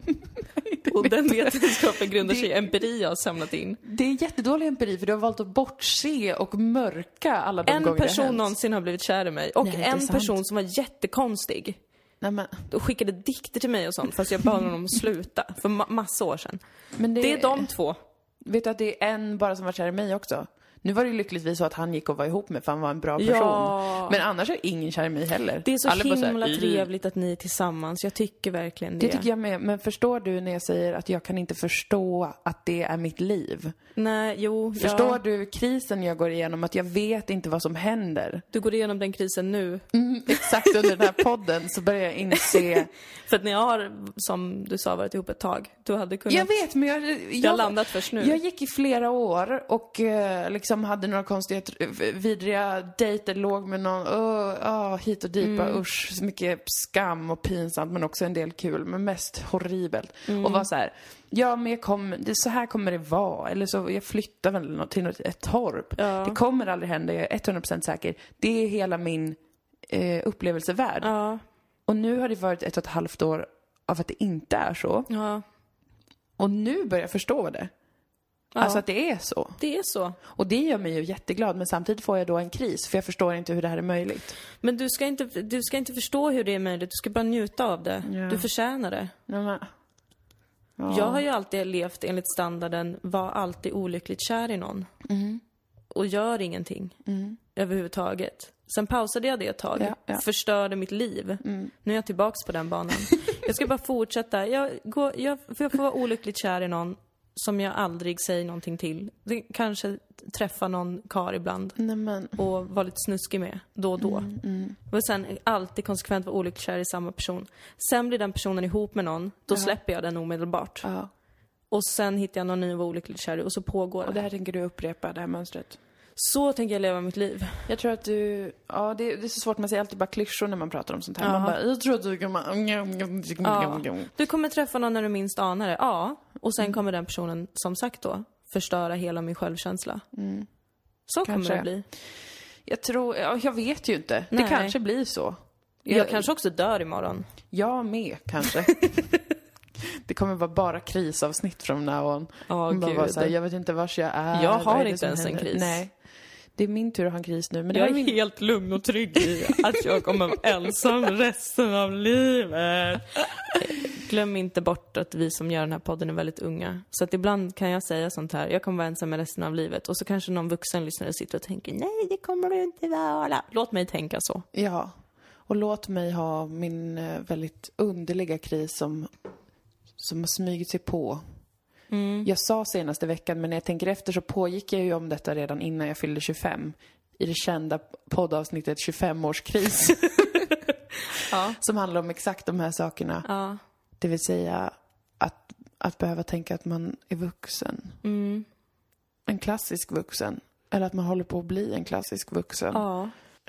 Och den vetenskapen grundar sig i empiri jag har samlat in. Det är jättedålig empiri för du har valt att bortse och mörka alla de En gånger det person hänt. någonsin har blivit kär i mig. Och Nej, det är en sant. person som var jättekonstig. Nej, men... Då skickade dikter till mig och sånt. Fast jag bad honom att sluta. För massa år sedan. Men Det är de två. Vet du att det är en bara som var kär i mig också? Nu var det ju lyckligtvis så att han gick och var ihop med för han var en bra person. Ja. Men annars är ingen kär i mig heller. Det är så Alla bara så här, himla trevligt att ni är tillsammans. Jag tycker verkligen det. Det tycker jag med. Men förstår du när jag säger att jag kan inte förstå att det är mitt liv? Nej, jo. Förstår du krisen jag går igenom? Att jag vet inte vad som händer. Du går igenom den krisen nu. Exakt under den här podden så börjar jag inse... För att ni har, som du sa, varit ihop ett tag. Du hade kunnat... Jag vet, men Jag har landat först nu. Jag gick i flera år och liksom hade några konstiga, vidriga dejter, låg med någon, hit och dit, bara usch, så mycket skam och pinsamt, men också en del kul, men mest horribelt. Och var så här, ja men så här kommer det vara, eller så jag flyttar väl till ett torp. Ja. Det kommer aldrig hända, jag är 100% säker. Det är hela min upplevelsevärld. Ja. Och nu har det varit 1,5 år av att det inte är så. Ja. Och nu börjar jag förstå det. Ja. Alltså att det är så. Det är så. Och det gör mig ju jätteglad, men samtidigt får jag då en kris, för jag förstår inte hur det här är möjligt. Men du ska inte förstå hur det är möjligt. Du ska bara njuta av det. Ja. Du förtjänar det. Nej, men... Ja. Jag har ju alltid levt enligt standarden, var alltid olyckligt kär i någon. Och gör ingenting överhuvudtaget. Sen pausade jag det ett tag. Ja. Förstörde mitt liv. Nu är jag tillbaks på den banan. Jag ska bara fortsätta. Jag får vara olyckligt kär i någon som jag aldrig säger någonting till. Kanske träffa någon kar ibland. Nej, men... Och vara lite snuskig med då och då. Och sen alltid konsekvent vara olyckligt kär i samma person. Sen blir den personen ihop med någon. Då släpper jag den omedelbart. Ja. Och sen hittar jag någon ny och var olyckligt kär i. Och så pågår Och det här tänker du upprepa, det här mönstret? Så tänker jag leva mitt liv. Jag tror att du... Ja, det är så svårt. Man säger alltid bara klyschor när man pratar om sånt här. Ja. Man bara, jag tror att du kan... Du kommer träffa någon när du minst anar det. Ja. Och sen kommer den personen, som sagt då, förstöra hela min självkänsla. Så Kanske. kommer det bli. Jag tror... Ja, jag vet ju inte. Nej. Det kanske blir så. Jag kanske också dör imorgon. Jag med, kanske. Det kommer vara bara krisavsnitt från now on. Gud. Så här, jag vet inte vars jag är. Jag vad har är det inte som ens en händer? kris. Nej. Det är min tur att ha en kris nu. Men det Jag var är min... helt lugn och trygg i att jag kommer vara ensam resten av livet. Glöm inte bort att vi som gör den här podden är väldigt unga. Så att ibland kan jag säga sånt här. Jag kommer vara ensam med resten av livet. Och så kanske någon vuxen lyssnare sitter och tänker, nej, det kommer du inte vara. Låt mig tänka så. Ja. Och låt mig ha min väldigt underliga kris som har smugit sig på. Jag sa senaste veckan, men när jag tänker efter så pågick jag ju om detta redan innan jag fyllde 25. I det kända poddavsnittet 25-årskris. Ja. Som handlar om exakt de här sakerna. Ja. Det vill säga att behöva tänka att man är vuxen. En klassisk vuxen. Eller att man håller på att bli en klassisk vuxen. Ja.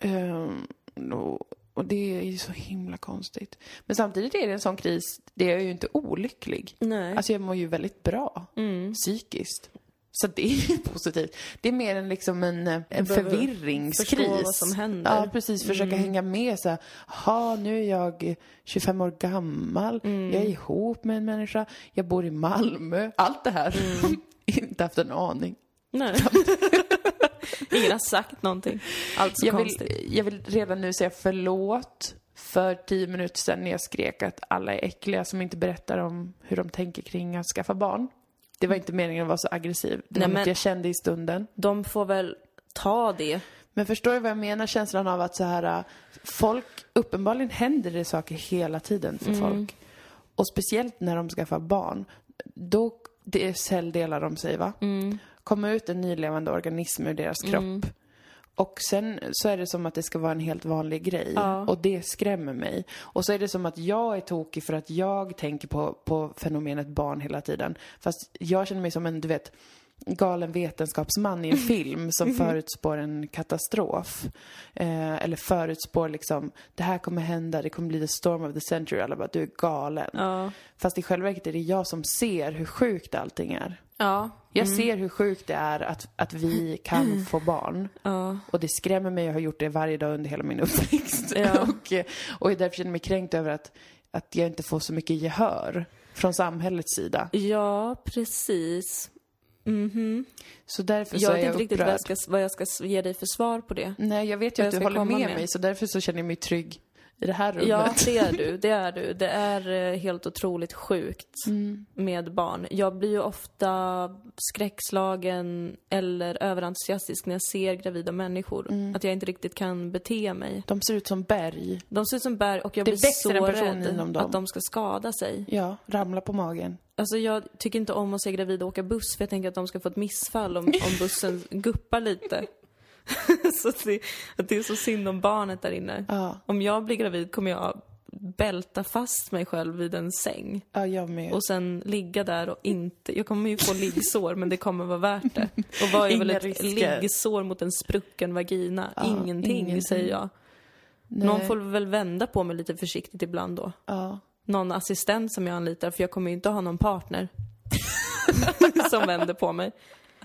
Och det är ju så himla konstigt. Men samtidigt är det en sån kris, det är jag ju inte olycklig. Nej. Alltså jag mår ju väldigt bra. Psykiskt. Så det är ju positivt. Det är mer än liksom en förvirringskris. Förstå vad som händer. Ja, precis. Försöka hänga med så här. Nu är jag 25 år gammal. Jag är ihop med en människa. Jag bor i Malmö. Allt det här. Inte haft en aning. Nej. Ingen har sagt någonting. Allt så konstigt. Jag vill redan nu säga förlåt för 10 minuter sedan när jag skrek att alla är äckliga som inte berättar om hur de tänker kring att skaffa barn. Det var inte meningen att vara så aggressiv. Det var något jag kände i stunden. De får väl ta det. Men förstår du vad jag menar? Känslan av att så här, folk, uppenbarligen händer det saker hela tiden för folk. Och speciellt när de skaffar barn. Då, det är celldelar de säger, va? Kommer ut en nylevande organism ur deras kropp. Och sen så är det som att det ska vara en helt vanlig grej. Ja. Och det skrämmer mig. Och så är det som att jag är tokig för att jag tänker på fenomenet barn hela tiden. Fast jag känner mig som en, du vet, galen vetenskapsman i en film som förutspår en katastrof. Eller förutspår liksom, det här kommer hända, det kommer bli the storm of the century. Alla bara, du är galen. Ja. Fast i själva verket är det jag som ser hur sjukt allting är. Ja. Jag ser hur sjukt det är att vi kan få barn. Ja. Och det skrämmer mig. Jag har gjort det varje dag under hela min uppväxt. Ja. och jag därför känner mig kränkt över att jag inte får så mycket gehör från samhällets sida. Ja, precis. Så därför så Jag är vet jag inte riktigt upprörd. vad jag ska ge dig för svar på det. Nej, jag vet ju Vad att du jag ska håller komma med med. mig. Så därför så känner jag mig trygg i det här rummet. Ja, det är du. Det är helt otroligt sjukt med barn. Jag blir ju ofta skräckslagen eller överentusiastisk när jag ser gravida människor. Att jag inte riktigt kan bete mig. De ser ut som berg. De ser ut som berg och jag Det blir växer så en person rädd inom dem. att de ska skada sig. Ja, ramla på magen. Alltså jag tycker inte om att se gravida åka buss för jag tänker att de ska få ett missfall om bussen guppar lite. Så att det är så synd om barnet där inne. Ja. Om jag blir gravid kommer jag bälta fast mig själv vid en säng. Ja, jag med. Och sen ligga där och inte... Jag kommer ju få liggsår, men det kommer vara värt det. Och vad är väl Inga ett risker. liggsår mot en sprucken vagina? Ja, ingenting, säger jag. Nej. Någon får väl vända på mig lite försiktigt ibland då. Ja. Någon assistent som jag anlitar, för jag kommer ju inte ha någon partner som vänder på mig.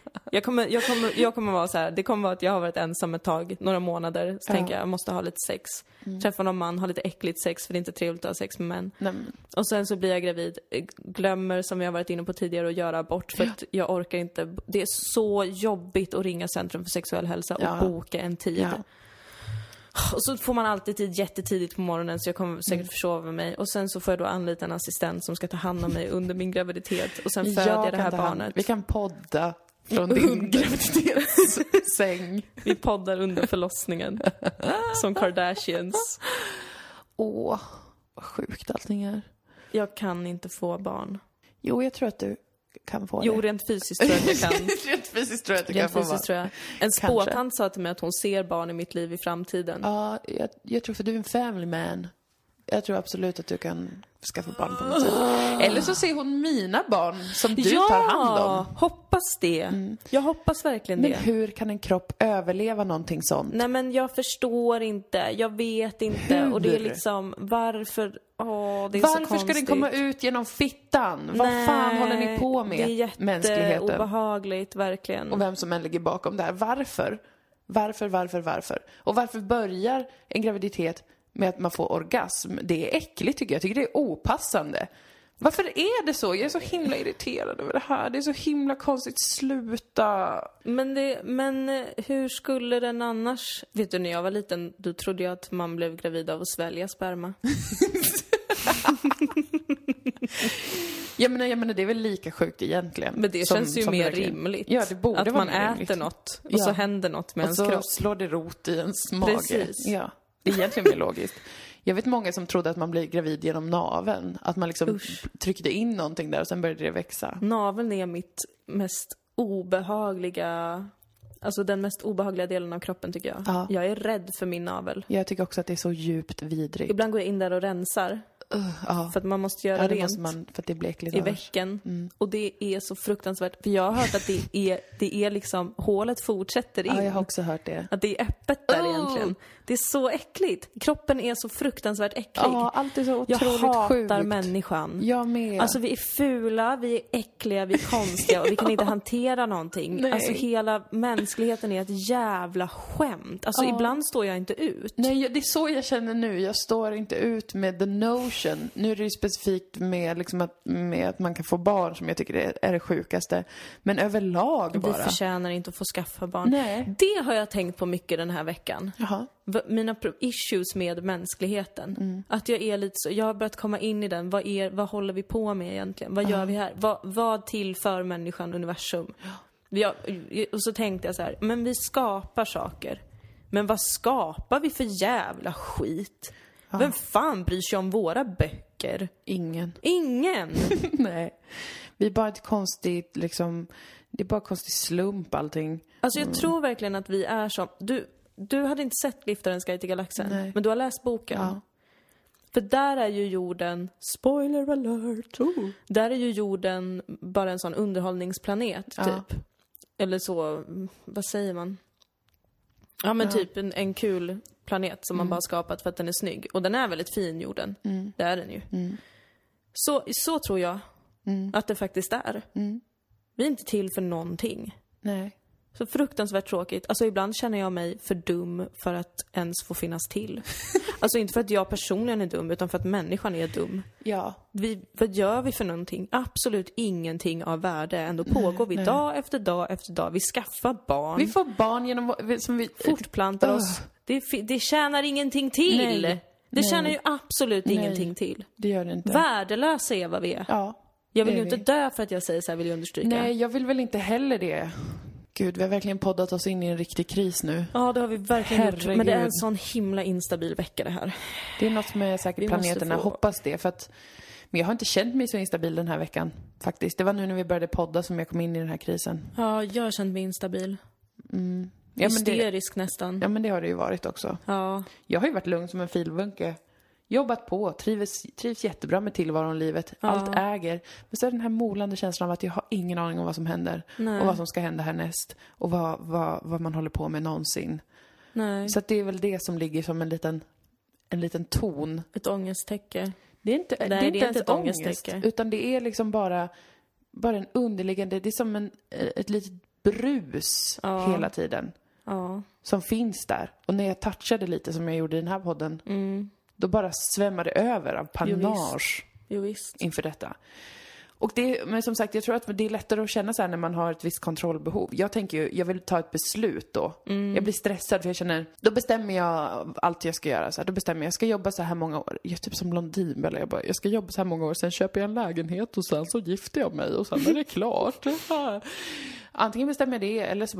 Jag kommer vara så här. Det kommer vara att jag har varit ensam ett tag, några månader. Så tänker jag måste ha lite sex. Träffa någon man, ha lite äckligt sex. För det är inte trevligt att ha sex med män. Nej. Och sen så blir jag gravid. Glömmer, som vi har varit inne på tidigare, att göra abort. För att jag orkar inte. Det är så jobbigt att ringa Centrum för sexuell hälsa och boka en tid. Ja. Och så får man alltid tid jättetidigt på morgonen, så jag kommer säkert försova mig. Och sen så får jag då anlita en assistent som ska ta hand om mig under min graviditet. Och sen föder jag det här barnet. Vi kan podda från din graviditetssäng. Vi poddar under förlossningen. Som Kardashians. Åh, vad sjukt allting är. Jag kan inte få barn. Jo, jag tror att du kan få det. Jo, rent fysiskt tror jag att jag kan. Rent fysiskt tror jag att du Rent kan få fysiskt tror jag. En spåtant sa till mig att hon ser barn i mitt liv i framtiden. Ja, jag tror för du är en family man. Jag tror absolut att du kan skaffa barn på något sätt. Eller så ser hon mina barn som du tar hand om. Hoppas det. Jag hoppas verkligen Men det. hur kan en kropp överleva någonting sånt? Nej, men jag förstår inte. Jag vet inte. Hur? Och det är liksom, varför? Det är Varför så konstigt. ska den komma ut genom fittan? Vad fan håller ni på med? Det är mänskligheten? jätteobehagligt, verkligen. Och vem som än ligger bakom det här. Varför? Och varför börjar en graviditet med att man får orgasm? Det är äckligt tycker jag. Jag tycker det är opassande. Varför är det så? Jag är så himla irriterad över det här. Det är så himla konstigt. Sluta. Men hur skulle den annars... Vet du, när jag var liten, då trodde jag att man blev gravid av att svälja sperma. Jag menar, det är väl lika sjukt egentligen. Men det känns ju mer rimligt. Ja, det borde att vara man rimligt. äter något och så händer något med ens kropp. kropp. Och så slår det rot i ens mage. Precis. Ja, det är egentligen mer logiskt. Jag vet många som trodde att man blir gravid genom naveln. Att man liksom tryckte in någonting där och sen började det växa. Naveln är mitt mest obehagliga... Alltså den mest obehagliga delen av kroppen tycker jag. Ja. Jag är rädd för min navel. Jag tycker också att det är så djupt vidrigt. Ibland går jag in där och rensar. För att man måste göra det rent måste man, för att det blir äckligt i annars. veckan. Och det är så fruktansvärt. För jag har hört att det är liksom, hålet fortsätter in. Ja, jag har också hört det. Att det är öppet där egentligen. Det är så äckligt. Kroppen är så fruktansvärt äcklig. Ja, allt är så otroligt jag hatar sjukt. Människan. Jag med. Alltså vi är fula, vi är äckliga, vi är konstiga och vi kan inte hantera någonting. Nej. Alltså hela mänskligheten är ett jävla skämt. Alltså ibland står jag inte ut. Nej, det är så jag känner nu. Jag står inte ut med the notion. Nu är det ju specifikt med, liksom med att man kan få barn som jag tycker är det sjukaste. Men överlag bara. Vi förtjänar inte att få skaffa barn. Nej. Det har jag tänkt på mycket den här veckan. Jaha. Mina issues med mänskligheten. Att jag är lite så, jag har börjat komma in i den. Vad håller vi på med egentligen? Vad gör vi här? Vad tillför människan universum? Och så tänkte jag så här, men vi skapar saker. Men vad skapar vi för jävla skit? Vem fan bryr sig om våra böcker? Ingen. Nej. Vi är bara ett konstigt, liksom, det är bara konstig slump allting. Alltså jag tror verkligen att vi är som, du hade inte sett Liftarens guide till galaxen. Nej. Men du har läst boken. Ja. För där är ju jorden, spoiler alert, där är ju jorden bara en sån underhållningsplanet typ. Eller så, vad säger man? Ja men typ en kul planet som man bara skapat för att den är snygg. Och den är väldigt fin, jorden. Det är den ju. Så tror jag att det faktiskt är. Vi är inte till för någonting. Nej. Så fruktansvärt tråkigt. Alltså ibland känner jag mig för dum för att ens få finnas till. Alltså inte för att jag personligen är dum, utan för att människan är dum. Ja. Vad gör vi för någonting? Absolut ingenting av värde. Ändå pågår vi dag efter dag efter dag. Vi skaffar barn. Vi får barn genom som vi fortplantar oss. Det tjänar ingenting till. Nej. Det tjänar ju absolut ingenting till. Det gör det inte. Värdelösa är vad vi är. Ja. Jag vill ju inte dö för att jag säger så här, vill jag understryka. Nej, jag vill väl inte heller det. Gud, vi har verkligen poddat oss in i en riktig kris nu. Ja, det har vi verkligen gjort. Men det är en sån himla instabil vecka det här. Det är något med säkert planeterna. Hoppas det. För att, men jag har inte känt mig så instabil den här veckan. Faktiskt. Det var nu när vi började podda som jag kom in i den här krisen. Ja, jag har känt mig instabil. Ja, hysterisk nästan. Ja, men det har det ju varit också. Ja. Jag har ju varit lugn som en filbunke. Jobbat på, trivs jättebra med tillvaron och livet. Allt äger. Men så är den här molande känslan av att jag har ingen aning om vad som händer. Nej. Och vad som ska hända härnäst. Och vad man håller på med någonsin. Nej. Så att det är väl det som ligger som en liten ton. Ett ångesttäcke. Det är inte ens ett ångest. Utan det är liksom bara en underliggande, det är som ett litet brus hela tiden. Ja. Som finns där. Och när jag touchade lite som jag gjorde i den här podden. Då bara svämmade det över av panage Jo, visst. inför detta. Och men som sagt, jag tror att det är lättare att känna så här när man har ett visst kontrollbehov. Jag tänker ju, jag vill ta ett beslut då. Jag blir stressad för jag känner, då bestämmer jag allt jag ska göra. Så här, då bestämmer jag ska jobba så här många år. Jag är typ som Blondin, eller jag ska jobba så här många år. Sen köper jag en lägenhet och sen så gifter jag mig och sen är det klart. Antingen bestämmer jag det eller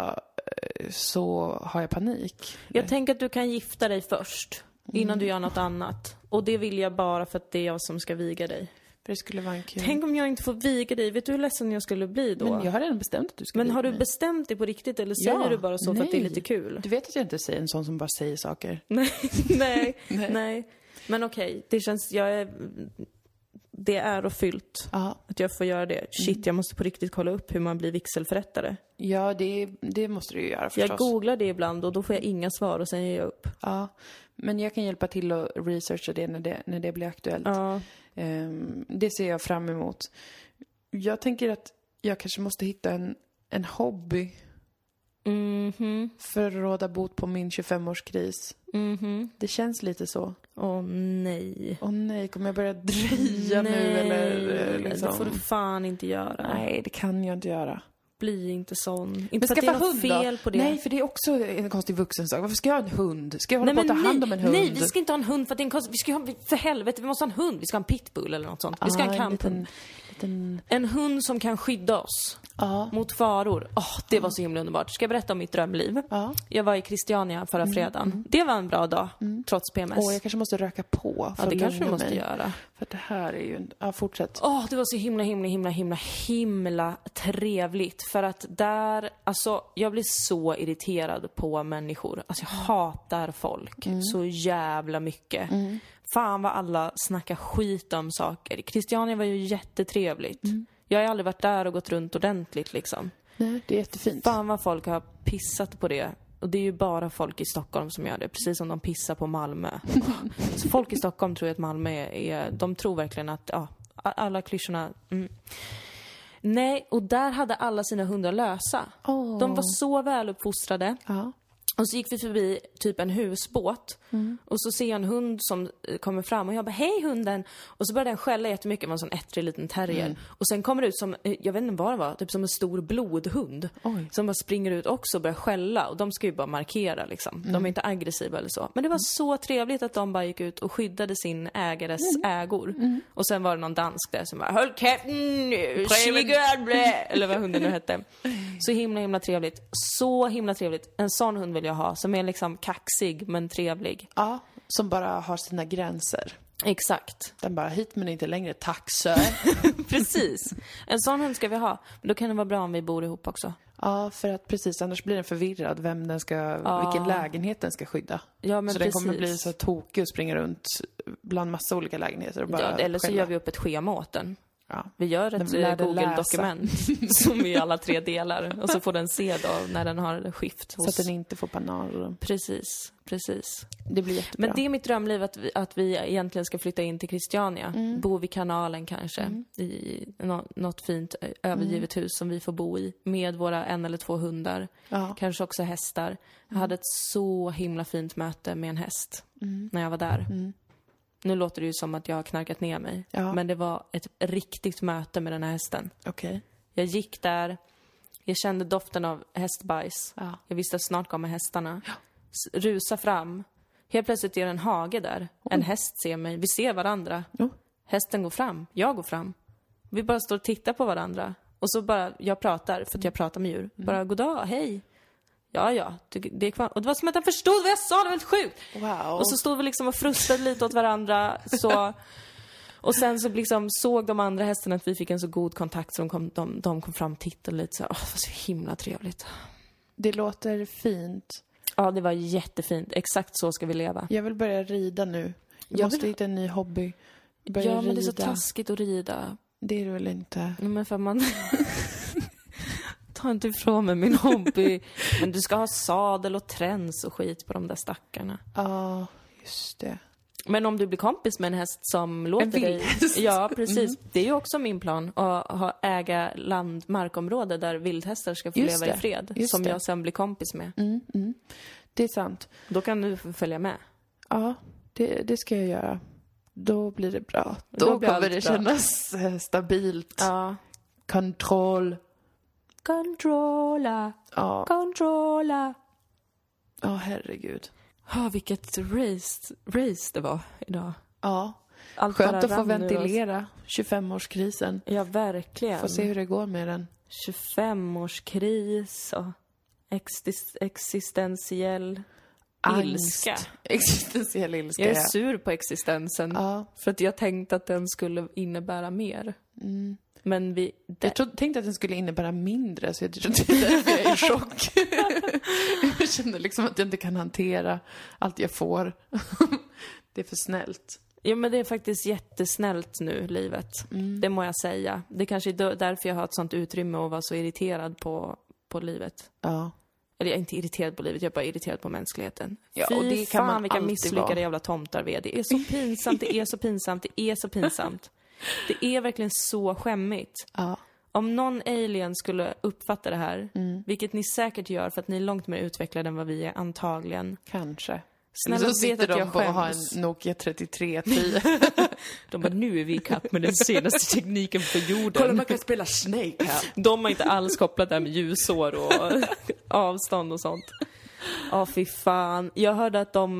så har jag panik. Jag tänker att du kan gifta dig först. Innan du gör något annat. Och det vill jag bara för att det är jag som ska viga dig. Det skulle vara en kul. Tänk om jag inte får viga dig. Vet du hur ledsen jag skulle bli då? Men jag har redan bestämt att du ska Men viga har du mig. bestämt det på riktigt? Eller säger du bara så för att det är lite kul? Du vet att jag inte säger en sån som bara säger saker. Nej. Men okej, det känns... Det är fyllt att jag får göra det. Shit, jag måste på riktigt kolla upp hur man blir vigselförrättare. Ja, det måste du ju göra förstås. Jag googlar det ibland och då får jag inga svar och sen ger jag upp. Ja, men jag kan hjälpa till att researcha det när det blir aktuellt. Ja. Det ser jag fram emot. Jag tänker att jag kanske måste hitta en hobby. För att råda bot på min 25-årskris. Det känns lite så. Åh nej. Kommer jag börja dreja nu eller liksom? Det får du fan inte göra. Nej, det kan jag inte göra. Bli inte sån. Inte Men för att det är något hund fel då? på det. Nej, för det är också en konstig vuxen sak. Varför ska jag ha en hund? Ska jag hålla på att ta hand om en hund? Nej, vi ska inte ha en hund för att det är en konstig... Vi ska ha, för helvete, vi måste ha en hund. Vi ska ha en pitbull eller något sånt. Vi ska ha en kamphund. En hund som kan skydda oss mot faror. Det var så himla underbart. Ska jag berätta om mitt drömliv? Jag var i Christiania förra fredagen. Det var en bra dag, trots PMS. Jag kanske måste röka på för det kanske du måste mig. göra. För det här är ju... fortsätt. Det var så himla trevligt. För att där, alltså, jag blir så irriterad på människor. Alltså jag hatar folk så jävla mycket. Fan vad alla snackar skit om saker. Christiania var ju jättetrevligt. Jag har aldrig varit där och gått runt ordentligt liksom. Nej, det är jättefint. Fan vad folk har pissat på det. Och det är ju bara folk i Stockholm som gör det. Precis som de pissar på Malmö. Så folk i Stockholm tror att Malmö är... De tror verkligen att... alla klyschorna... Nej, och där hade alla sina hundar lösa. De var så väluppfostrade. Och så gick vi förbi typ en husbåt. Och så ser jag en hund som kommer fram. Och jag bara, hej hunden. Och så börjar den skälla jättemycket. Det var en sån ettrig liten terrier. Och sen kommer det ut som, jag vet inte vad det var. Typ som en stor blodhund. Som bara springer ut också och börjar skälla. Och de ska ju bara markera liksom. De är inte aggressiva eller så. Men det var så trevligt att de bara gick ut och skyddade sin ägares ägor. Och sen var det någon dansk där som bara, höll käften nu, eller vad hunden nu hette. Så himla trevligt. Så himla trevligt. En sån hund vill jag ha, som är liksom kaxig men trevlig. Ja, som bara har sina gränser. Exakt. Den bara, hit men inte längre, tack sir. Precis. En sån hund ska vi ha. Men då kan det vara bra om vi bor ihop också. Ja, för att precis, annars blir den förvirrad vem den ska, vilken lägenhet den ska skydda. Ja, men så precis. Den kommer bli så tokig och springa runt bland massa olika lägenheter och bara eller så skälla. gör vi upp ett schema åt den. Ja. Vi gör ett Google-dokument som vi alla 3 delar. Och så får den se då när den har skift. Så att den inte får panar. Precis. Det blir jättebra. Men det är mitt drömliv att vi egentligen ska flytta in till Christiania. Bo vid kanalen kanske. I något fint övergivet hus som vi får bo i. Med våra 1 eller 2 hundar. Kanske också hästar. Jag hade ett så himla fint möte med en häst när jag var där. Nu låter det ju som att jag har knarkat ner mig. Men det var ett riktigt möte med den här hästen. Okay. Jag gick där. Jag kände doften av hästbajs. Jag visste att snart kommer hästarna. Rusa fram. Helt plötsligt är det en hage där. En häst ser mig. Vi ser varandra. Hästen går fram. Jag går fram. Vi bara står och tittar på varandra. Och så bara, jag pratar. För att jag pratar med djur. Bara, goddag, hej. Ja, det är kvar. Och det var som att han förstod vad jag sa, det var helt sjukt. Wow. Och så stod vi liksom och frustade lite åt varandra. Så, och sen så liksom såg de andra hästarna att vi fick en så god kontakt. Så de kom fram och tittade lite så här. Det var så himla trevligt. Det låter fint. Ja, det var jättefint. Exakt så ska vi leva. Jag vill börja rida nu. Jag måste hitta en ny hobby. Börja men det är så taskigt att rida. Det är det väl inte? Men för man... Ta inte ifrån mig min hobby. Men du ska ha sadel och träns och skit på de där stackarna. Ja, just det. Men om du blir kompis med en häst som låter dig... vildhäst. Ja, precis. Det är ju också min plan. Att äga markområde där vildhästar ska få Just leva det. i fred. Just Som det. jag sen blir kompis med. Det är sant. Då kan du följa med. Ja, det ska jag göra. Då blir det bra. Då Då blir kommer allt det bra. kännas stabilt. Ja. Kontroll. Controlla. Ja, Controlla. herregud. Vilket race det var idag. Ja, Allt bara skönt att få rann ur oss. ventilera 25-årskrisen. Ja, verkligen. Få se hur det går med den. 25-årskris och existentiell ilska. Angst. Existentiell ilska. Jag är ja. sur på existensen. Ja. För att jag tänkte att den skulle innebära mer. Men Jag tänkte att den skulle innebära mindre, så jag tror det är därför jag är i chock. Jag känner liksom att jag inte kan hantera allt jag får. Det är för snällt. Ja, men det är faktiskt jättesnällt nu, livet. Det må jag säga. Det kanske är därför jag har ett sånt utrymme att vara så irriterad på livet. Ja. Eller jag är inte irriterad på livet, jag är bara irriterad på mänskligheten. Ja, Fy och det kan fan, man vilka alltid misslyckade vara. jävla tomtar vi är. Det är så pinsamt, det är så pinsamt, det är så pinsamt. Det är verkligen så skämmigt. Ja. Om någon alien skulle uppfatta det här, vilket ni säkert gör för att ni är långt mer utvecklade än vad vi är antagligen. Kanske. Snälla, Eller så vet sitter att de jag på och har skäms. en Nokia 3310. De bara, nu är vi ikapp med den senaste tekniken för jorden. Kolla, man kan spela Snake här. De har inte alls kopplat det här med ljusår och avstånd och sånt. Ja, fy fan. Jag hörde att de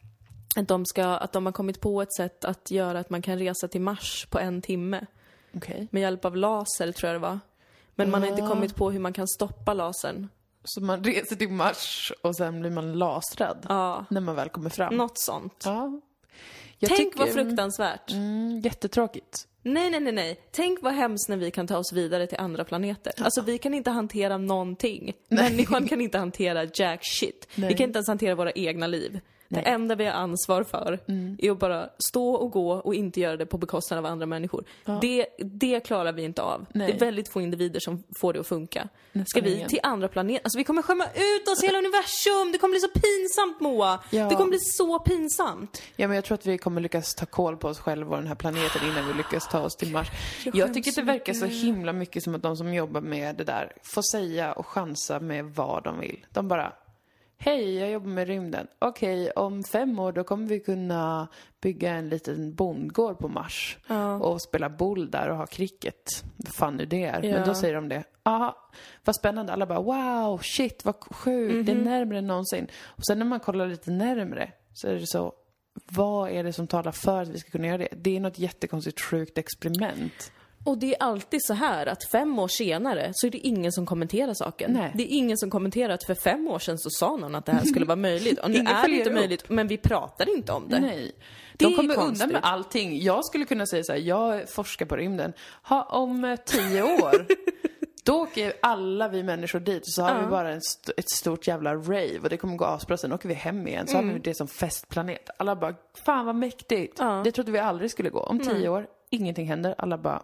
har kommit på ett sätt att göra att man kan resa till Mars på 1 timme. Okej. Med hjälp av laser, tror jag det var. Men man har inte kommit på hur man kan stoppa lasern. Så man reser till Mars och sen blir man lasrad Ja, när man väl kommer fram. något sånt. Ja. Tänk vad fruktansvärt. Jättetråkigt. Nej. Tänk vad hemskt när vi kan ta oss vidare till andra planeter. Alltså, vi kan inte hantera någonting. Människan kan inte hantera jack shit. Nej. Vi kan inte ens hantera våra egna liv. Nej. Det enda vi har ansvar för är att bara stå och gå och inte göra det på bekostnad av andra människor. Ja. Det klarar vi inte av. Nej. Det är väldigt få individer som får det att funka. Nästan Ska vi ingen. till andra planeter? Alltså, vi kommer skämma ut oss hela universum. Det kommer bli så pinsamt, Moa. Ja. Det kommer bli så pinsamt. Ja, men jag tror att vi kommer lyckas ta koll på oss själva och den här planeten innan vi lyckas ta oss till Mars. Jag Jag skäms tycker att så det verkar så mycket. himla mycket som att de som jobbar med det där får säga och chansa med vad de vill. De bara, hej, jag jobbar med rymden. Okej, om 5 år då kommer vi kunna bygga en liten bondgård på Mars. Och spela boll där och ha cricket. Vad fan nu det är. Ja. Men då säger de det. Ja, vad spännande. Alla bara, wow, shit, vad sjukt. Det är närmare än någonsin. Och sen när man kollar lite närmare så är det så, vad är det som talar för att vi ska kunna göra det? Det är något jättekonstigt sjukt experiment. Och det är alltid så här att 5 år senare så är det ingen som kommenterar saken. Nej. Det är ingen som kommenterar att för 5 år sedan så sa någon att det här skulle vara möjligt. Och nu Ingen är det följer inte upp. möjligt, men vi pratar inte om det. Nej. Det De är kommer konstigt. undan med allting. Jag skulle kunna säga så här, jag forskar på rymden. Om 10 år, då åker alla vi människor dit och så har vi bara ett stort jävla rave och det kommer gå asbra. Sen åker vi hem igen, så har vi det som festplanet. Alla bara, fan vad mäktigt. Ja. Det trodde vi aldrig skulle gå. Om 10 år, ingenting händer. Alla bara,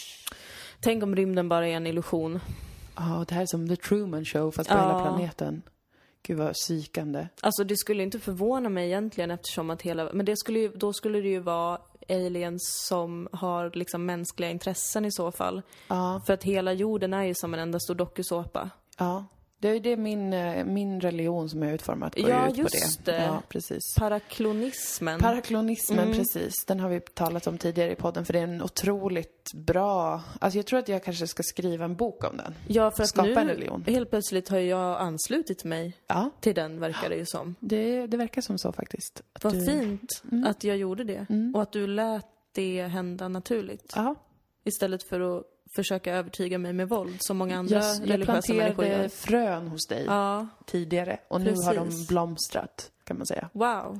Tänk om rymden bara är en illusion. det här är som The Truman Show fast på hela planeten. Gud vad psykande. Alltså det skulle inte förvåna mig egentligen eftersom att men då skulle det ju vara aliens som har liksom mänskliga intressen i så fall. Ja. För att hela jorden är ju som en enda stor dokusåpa. Ja. Det är det min religion som är utformat går Ja, ut på just det. det. Ja, precis. Paraklonismen. Paraklonismen, precis. Den har vi talat om tidigare i podden för det är en otroligt bra... Alltså jag tror att jag kanske ska skriva en bok om den. Ja, för att Skapa nu en religion. helt plötsligt har jag anslutit mig Ja, till den, verkar det ju som. det verkar som så faktiskt. Att Vad du- fint att jag gjorde det. Och att du lät det hända naturligt. Ja. Istället för att försöka övertyga mig med våld, som många andra Jag religiösa människor planterade gör. frön hos dig Ja, tidigare och nu har de Precis. blomstrat, kan man säga. wow.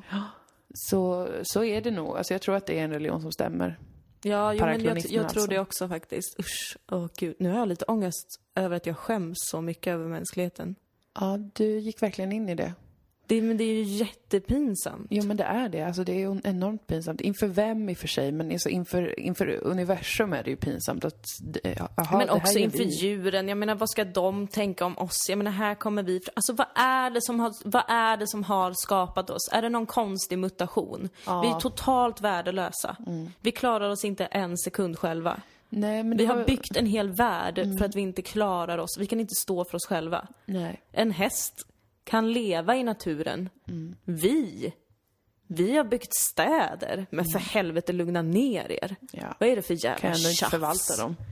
Så är det nog. Alltså jag tror att det är en religion som stämmer. Ja, jo, men Paraklonismen jag tror alltså. det också faktiskt. Usch, gud. Nu har jag lite ångest över att jag skäms så mycket över mänskligheten. Ja, du gick verkligen in i det. Men det är ju jättepinsamt. Jo, men det är det. Alltså det är ju enormt pinsamt. Inför vem i och för sig, men alltså inför universum är det ju pinsamt att... Aha, men också inför vi. djuren. Jag menar, vad ska de tänka om oss? Jag menar, här kommer vi... Alltså, vad är det som har skapat oss? Är det någon konstig mutation? Ja. Vi är totalt värdelösa. Vi klarar oss inte en sekund själva. Nej, men vi har byggt en hel värld för att vi inte klarar oss. Vi kan inte stå för oss själva. Nej. En häst kan leva i naturen. Vi har byggt städer. Men för helvete, lugna ner er. Ja. Vad är det för jävla kan tjafs? Inte förvalta dem.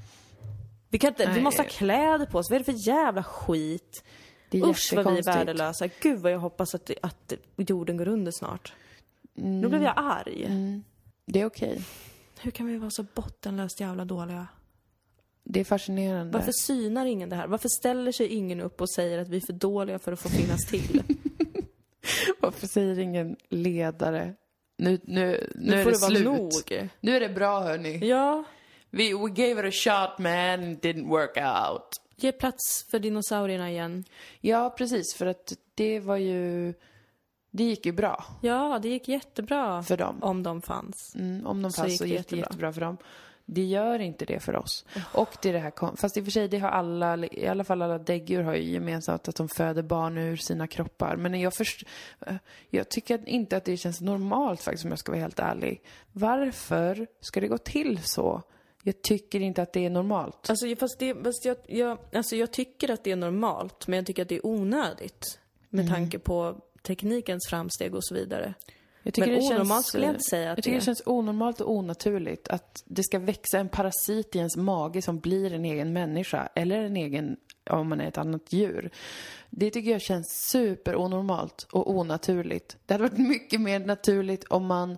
Vi måste ha kläder på oss. Vad är det för jävla skit? Usch, vad vi är värdelösa. Gud, vad jag hoppas att jorden går under snart. Nu blev jag arg. Det är okej. Hur kan vi vara så bottenlöst jävla dåliga? Det är fascinerande. Varför synar ingen det här? Varför ställer sig ingen upp och säger att vi är för dåliga för att få finnas till? Varför säger ingen ledare? Nu får är det slut. Vara nog. Nu är det bra, hörni. Ja. We gave it a shot, man. It didn't work out. Ge plats för dinosaurierna igen. Ja, precis. För att det gick ju bra. Ja, det gick jättebra. För dem. Om de fanns. Om de fanns så gick det jättebra för dem. Det gör inte det för oss. Och det är det här... Fast i och för sig, det har i alla fall alla däggdjur har ju gemensamt att de föder barn ur sina kroppar. Men jag tycker inte att det känns normalt faktiskt, om jag ska vara helt ärlig. Varför ska det gå till så? Jag tycker inte att det är normalt. Jag tycker att det är normalt, men jag tycker att det är onödigt. Med tanke på teknikens framsteg och så vidare. Men onormalt skulle jag inte säga att jag tycker det känns onormalt och onaturligt att det ska växa en parasit i ens mage som blir en egen människa. Eller en egen, om man är ett annat djur. Det tycker jag känns super onormalt och onaturligt. Det hade varit mycket mer naturligt om man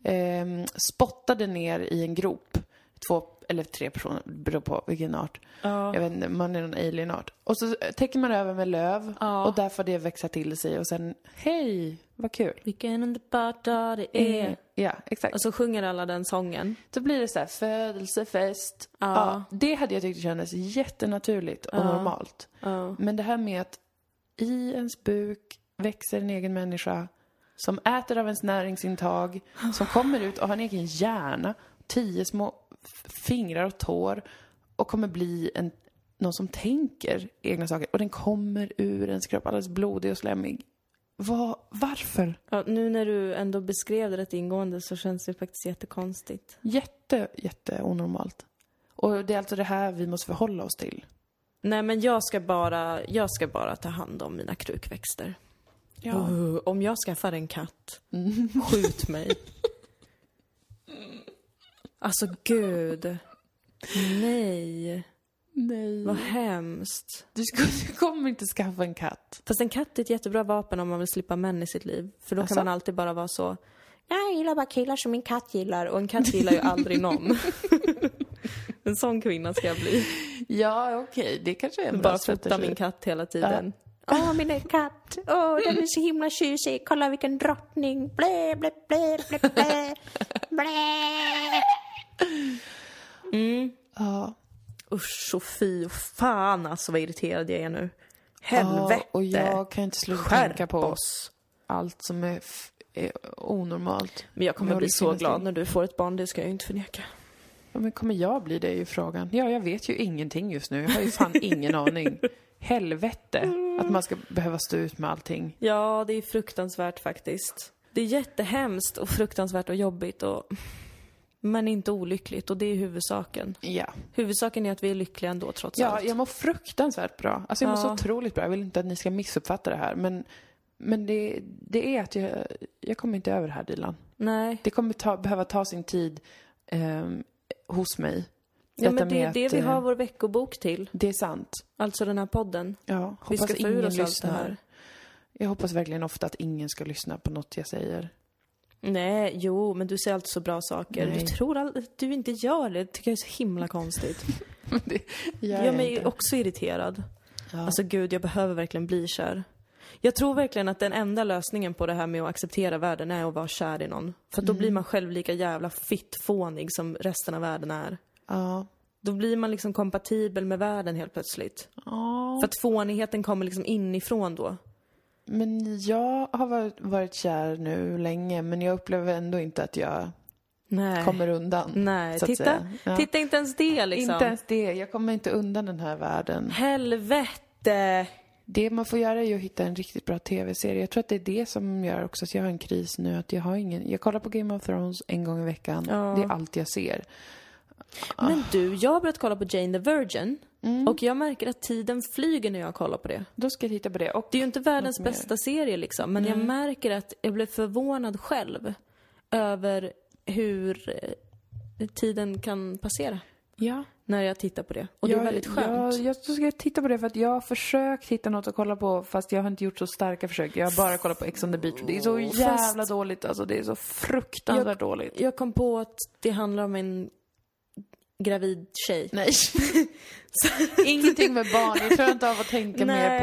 spottade ner i en grop. 2 eller 3 personer, beror på vilken art. Jag vet inte, man är någon alienart. Och så täcker man över med löv. Och där får det växa till sig. Och sen, hej, vad kul. Vilken underbart dag det är. Ja, exakt. Och så sjunger alla den sången. Så blir det så här, födelsefest. Ja, det hade jag tyckt kändes jättenaturligt och normalt. Men det här med att i ens buk växer en egen människa som äter av ens näringsintag, som kommer ut och har en egen hjärna, 10 små fingrar och tår och kommer bli någon som tänker egna saker. Och den kommer ur ens kropp alldeles blodig och slemmig. Varför? Ja, nu när du ändå beskrev det rätt ingående så känns det faktiskt jättekonstigt. Jätte onormalt. Och det är alltså det här vi måste förhålla oss till. Nej, men jag ska bara ta hand om mina krukväxter. Ja. Om jag skaffar en katt, skjut mig. Alltså gud. Nej. Vad hemskt. Du kommer inte skaffa en katt. Fast en katt är ett jättebra vapen om man vill slippa män i sitt liv. För då kan man alltid bara vara så: jag gillar bara killar som min katt gillar. Och en katt gillar ju aldrig någon. En sån kvinna ska jag bli. Ja, okej. Det kanske är en bra bara fota min katt hela tiden. Min katt. Den är så himla tjusig. Kolla vilken drottning. Blä, blä, blä, blä, blä. Blä. Ja. Usch och fy och fan, alltså vad irriterad jag är nu. Helvete. Och jag kan inte sluta tänka på oss. Allt som är onormalt. Men jag kommer bli så glad när du får ett barn, det ska jag ju inte förneka. Ja, men kommer jag bli det, är ju frågan. Ja, jag vet ju ingenting just nu. Jag har ju fan ingen aning. Helvete att man ska behöva stå ut med allting. Ja, det är fruktansvärt faktiskt. Det är jättehemskt och fruktansvärt och jobbigt men inte olyckligt, och det är huvudsaken. Ja. Huvudsaken är att vi är lyckliga ändå trots allt. Ja, jag mår fruktansvärt bra. Alltså jag mår så otroligt bra. Jag vill inte att ni ska missuppfatta det här, men det är att jag kommer inte över det här, Dilan. Nej. Det kommer behöva ta sin tid hos mig. Ja, men det är det vi har vår veckobok till. Det är sant. Alltså den här podden. Ja, vi ska få ur oss allt det här. Jag hoppas verkligen ofta att ingen ska lyssna på något jag säger. Nej, jo, men du säger alltid så bra saker. Nej. Jag tror att du inte gör det. Det tycker jag är så himla konstigt. Jag är också irriterad. Ja. Alltså gud, jag behöver verkligen bli kär. Jag tror verkligen att den enda lösningen på det här med att acceptera världen är att vara kär i någon. För då blir man själv lika jävla fittfånig som resten av världen är. Ja. Då blir man liksom kompatibel med världen helt plötsligt. Ja. För att fånigheten kommer liksom inifrån då. Men jag har varit kär nu länge, men jag upplever ändå inte att jag kommer undan. Nej, så att säga. Titta inte ens det liksom. Inte ens det. Jag kommer inte undan den här världen. Helvete! Det man får göra är ju att hitta en riktigt bra tv-serie. Jag tror att det är det som gör också att jag har en kris nu. Att jag kollar på Game of Thrones en gång i veckan. Ja. Det är allt jag ser. Men du, jag har börjat kolla på Jane the Virgin. Och jag märker att tiden flyger när jag kollar på det. Då ska jag titta på det. Och det är ju inte världens bästa serie liksom. Men jag märker att jag blev förvånad själv över hur tiden kan passera. Ja. När jag tittar på det. Och det är väldigt skönt. Jag ska titta på det för att jag har försökt hitta något att kolla på. Fast jag har inte gjort så starka försök. Jag har bara kollat på Ex on the Beach. Det är så jävla dåligt. Alltså det är så fruktansvärt dåligt. Jag kom på att det handlar om en gravid tjej. Nej. Ingenting med barn. Jag tror inte av att tänka mer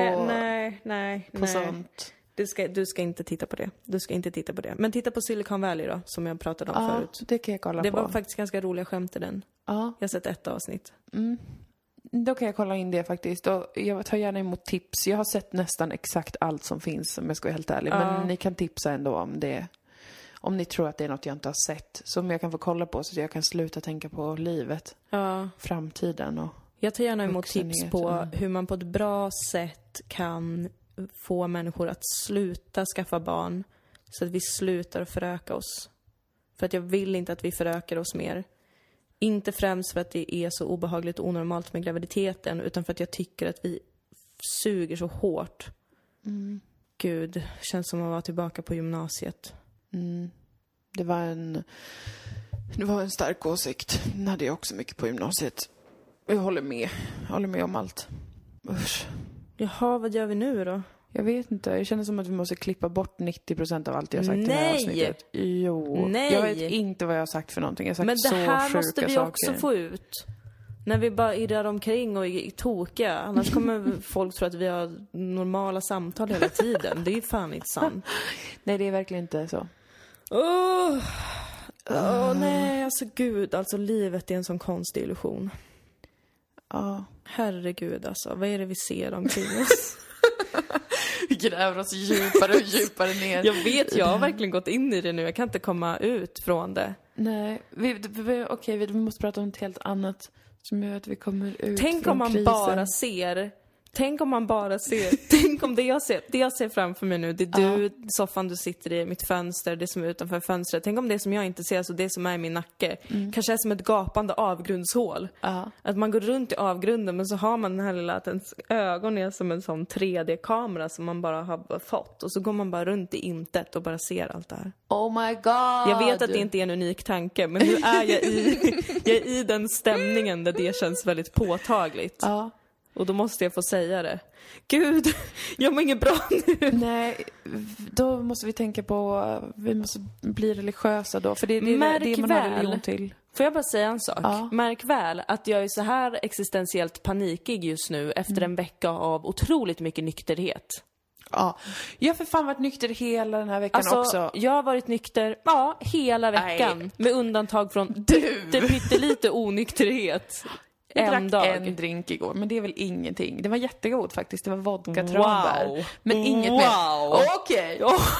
på sånt. Du ska inte titta på det. Du ska inte titta på det. Men titta på Silicon Valley då, som jag pratade om förut. Det kan jag kolla på. Det var faktiskt ganska roliga skämt i den. Ja. Jag har sett ett avsnitt. Då kan jag kolla in det faktiskt. Och jag tar gärna emot tips. Jag har sett nästan exakt allt som finns, om jag ska vara helt ärlig. Men ni kan tipsa ändå om det. Om ni tror att det är något jag inte har sett. Som jag kan få kolla på så att jag kan sluta tänka på livet. Framtiden och jag tar gärna emot tips på hur man på ett bra sätt kan få människor att sluta skaffa barn. Så att vi slutar föröka oss. För att jag vill inte att vi förökar oss mer. Inte främst för att det är så obehagligt och onormalt med graviditeten. Utan för att jag tycker att vi suger så hårt. Gud, känns som att vara tillbaka på gymnasiet. Det var en stark åsikt. Den hade jag också mycket på gymnasiet. Jag håller med om allt. Usch. Jaha, vad gör vi nu då? Jag vet inte. Jag känner som att vi måste klippa bort 90% av allt jag har sagt i det här avsnittet. Jo. Nej. Jag vet inte vad jag har sagt för någonting. Jag har sagt så sjuka saker. Men det här måste vi också få ut. När vi bara irrar omkring och är tokiga. Annars kommer folk tro att vi har normala samtal hela tiden. Det är ju fan inte sant. Nej, det är verkligen inte så. Nej, alltså gud. Alltså livet är en sån konstig illusion. Herregud alltså. Vad är det vi ser omkring oss? Vi gräver oss djupare och djupare ner. Jag har verkligen gått in i det nu. Jag kan inte komma ut från det. Nej, vi måste prata om ett helt annat som gör att vi kommer ut Tänk från om man krisen. Tänk om det jag ser framför mig nu, det är du, soffan du sitter i, mitt fönster, det som är utanför fönstret. Tänk om det som jag inte ser, alltså det som är i min nacke, kanske är som ett gapande avgrundshål. Att man går runt i avgrunden, men så har man den här lilla, att ens ögon är som en sån 3D-kamera som man bara har fått. Och så går man bara runt i intet och bara ser allt det här. Oh my god! Jag vet att det inte är en unik tanke, men nu är jag i den stämningen där det känns väldigt påtagligt. Ja. Och då måste jag få säga det. Gud, jag mår inget bra nu. Nej, då måste vi tänka på, vi måste bli religiösa då. För det är det man har religion till. Får jag bara säga en sak? Ja. Märk väl att jag är så här existentiellt panikig just nu efter en vecka av otroligt mycket nykterhet. Ja, jag har för fan varit nykter hela den här veckan också. Jag har varit nykter, hela veckan. Nej. Med undantag från pyttelite onykterhet. Jag drack en drink igår, men det är väl ingenting. Det var jättegod faktiskt, det var vodka tranbär. Wow. Men inget mer. Okej.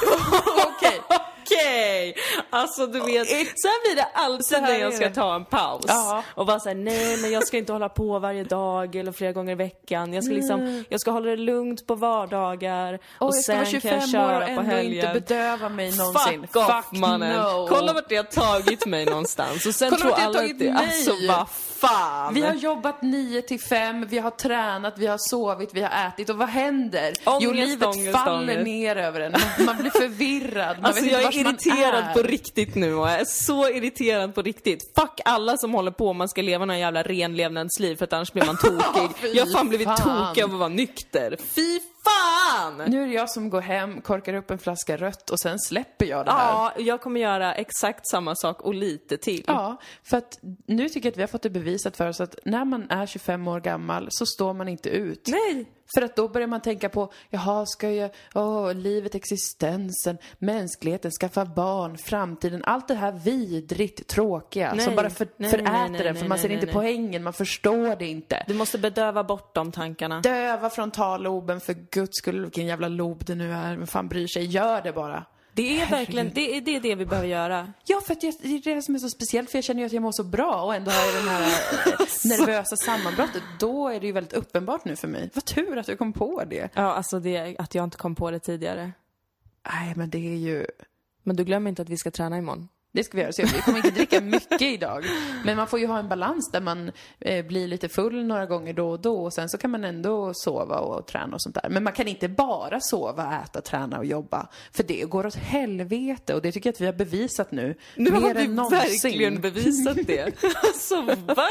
Alltså du vet, sen blir det alltid när jag ska ta en paus. Och bara säga nej, men jag ska inte hålla på varje dag eller flera gånger i veckan. Jag ska jag ska hålla det lugnt på vardagar. Och sen kan jag köra på helgen. Inte bedöva mig någonsin. Fuck off, mannen. No. Kolla vart det har tagit mig någonstans. Och sen kolla tror alla att det, alltså vad fan. Vi har jobbat 9-5, vi har tränat, vi har sovit, vi har ätit. Och vad händer? Livet faller ner över en. Man blir förvirrad. Man vet inte jag är irriterad på riktigt nu. Och jag är så irriterad på riktigt. Fuck alla som håller på. Man ska leva någon jävla renlevnadsliv, för att annars blir man tokig. Jag har fan blivit tokig av att vara nykter. Fy fan! Nu är det jag som går hem, korkar upp en flaska rött och sen släpper jag det här. Ja, jag kommer göra exakt samma sak och lite till. Ja, för att nu tycker jag att vi har fått det bevisat för oss att när man är 25 år gammal så står man inte ut. Nej! För att då börjar man tänka på, livet, existensen, mänskligheten, skaffa barn, framtiden. Allt det här vidrigt, tråkiga som bara föräter den. För man ser inte poängen, man förstår det inte. Du måste bedöva bort de tankarna. Döva frontalloben för guds skull, vilken jävla lob det nu är. Vem fan bryr sig? Gör det bara. Det är verkligen, det är det vi behöver göra. Ja, för att det är det som är så speciellt. För jag känner ju att jag mår så bra. Och ändå har jag den här nervösa sammanbrottet. Då är det ju väldigt uppenbart nu för mig. Vad tur att du kom på det. Ja, alltså det, att jag inte kom på det tidigare. Nej, men det är ju... Men du glömmer inte att vi ska träna imorgon. Det ska vi göra. Så vi kommer inte dricka mycket idag. Men man får ju ha en balans där man blir lite full några gånger då och då. Och sen så kan man ändå sova och träna och sånt där. Men man kan inte bara sova, äta, träna och jobba. För det går åt helvete. Och det tycker jag att vi har bevisat nu. Nu mer har vi än någonsin. verkligen bevisat det. Alltså, va?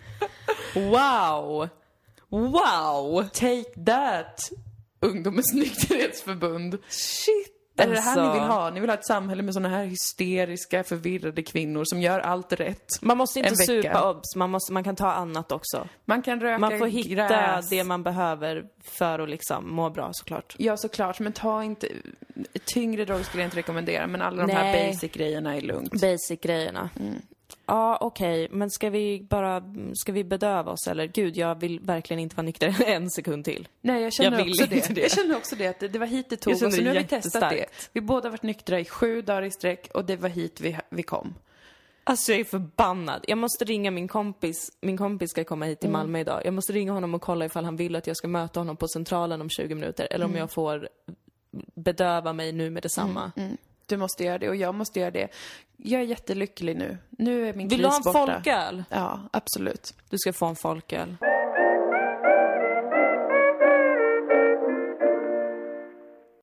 Wow. Wow. Take that, Ungdomens nykterhetsförbund. Shit. Är det här ni vill ha? Ni vill ha ett samhälle med såna här hysteriska, förvirrade kvinnor som gör allt rätt. Man måste inte supa obs, man kan ta annat också. Man kan röka Man får hitta gräs. det man behöver för att liksom må bra, såklart. Ja, såklart. Men ta inte... Tyngre droger skulle jag inte rekommendera, men alla de här basic-grejerna är lugnt. Basic-grejerna. Ja, okej. Men ska vi bedöva oss eller? Gud, jag vill verkligen inte vara nykter en sekund till. Nej, jag känner också det. det. Jag känner också det, att det var hit det tog. Och så nu har vi testat det. Vi båda varit nyktra i 7 dagar i sträck och det var hit vi kom. Alltså jag är förbannad. Jag måste ringa min kompis. Min kompis ska komma hit till Malmö idag. Jag måste ringa honom och kolla ifall han vill att jag ska möta honom på Centralen om 20 minuter. Eller om jag får bedöva mig nu med detsamma. Du måste göra det och jag måste göra det. Jag är jättelycklig nu. Nu är min kris borta. Vill du ha en folköl? Ja, absolut. Du ska få en folköl.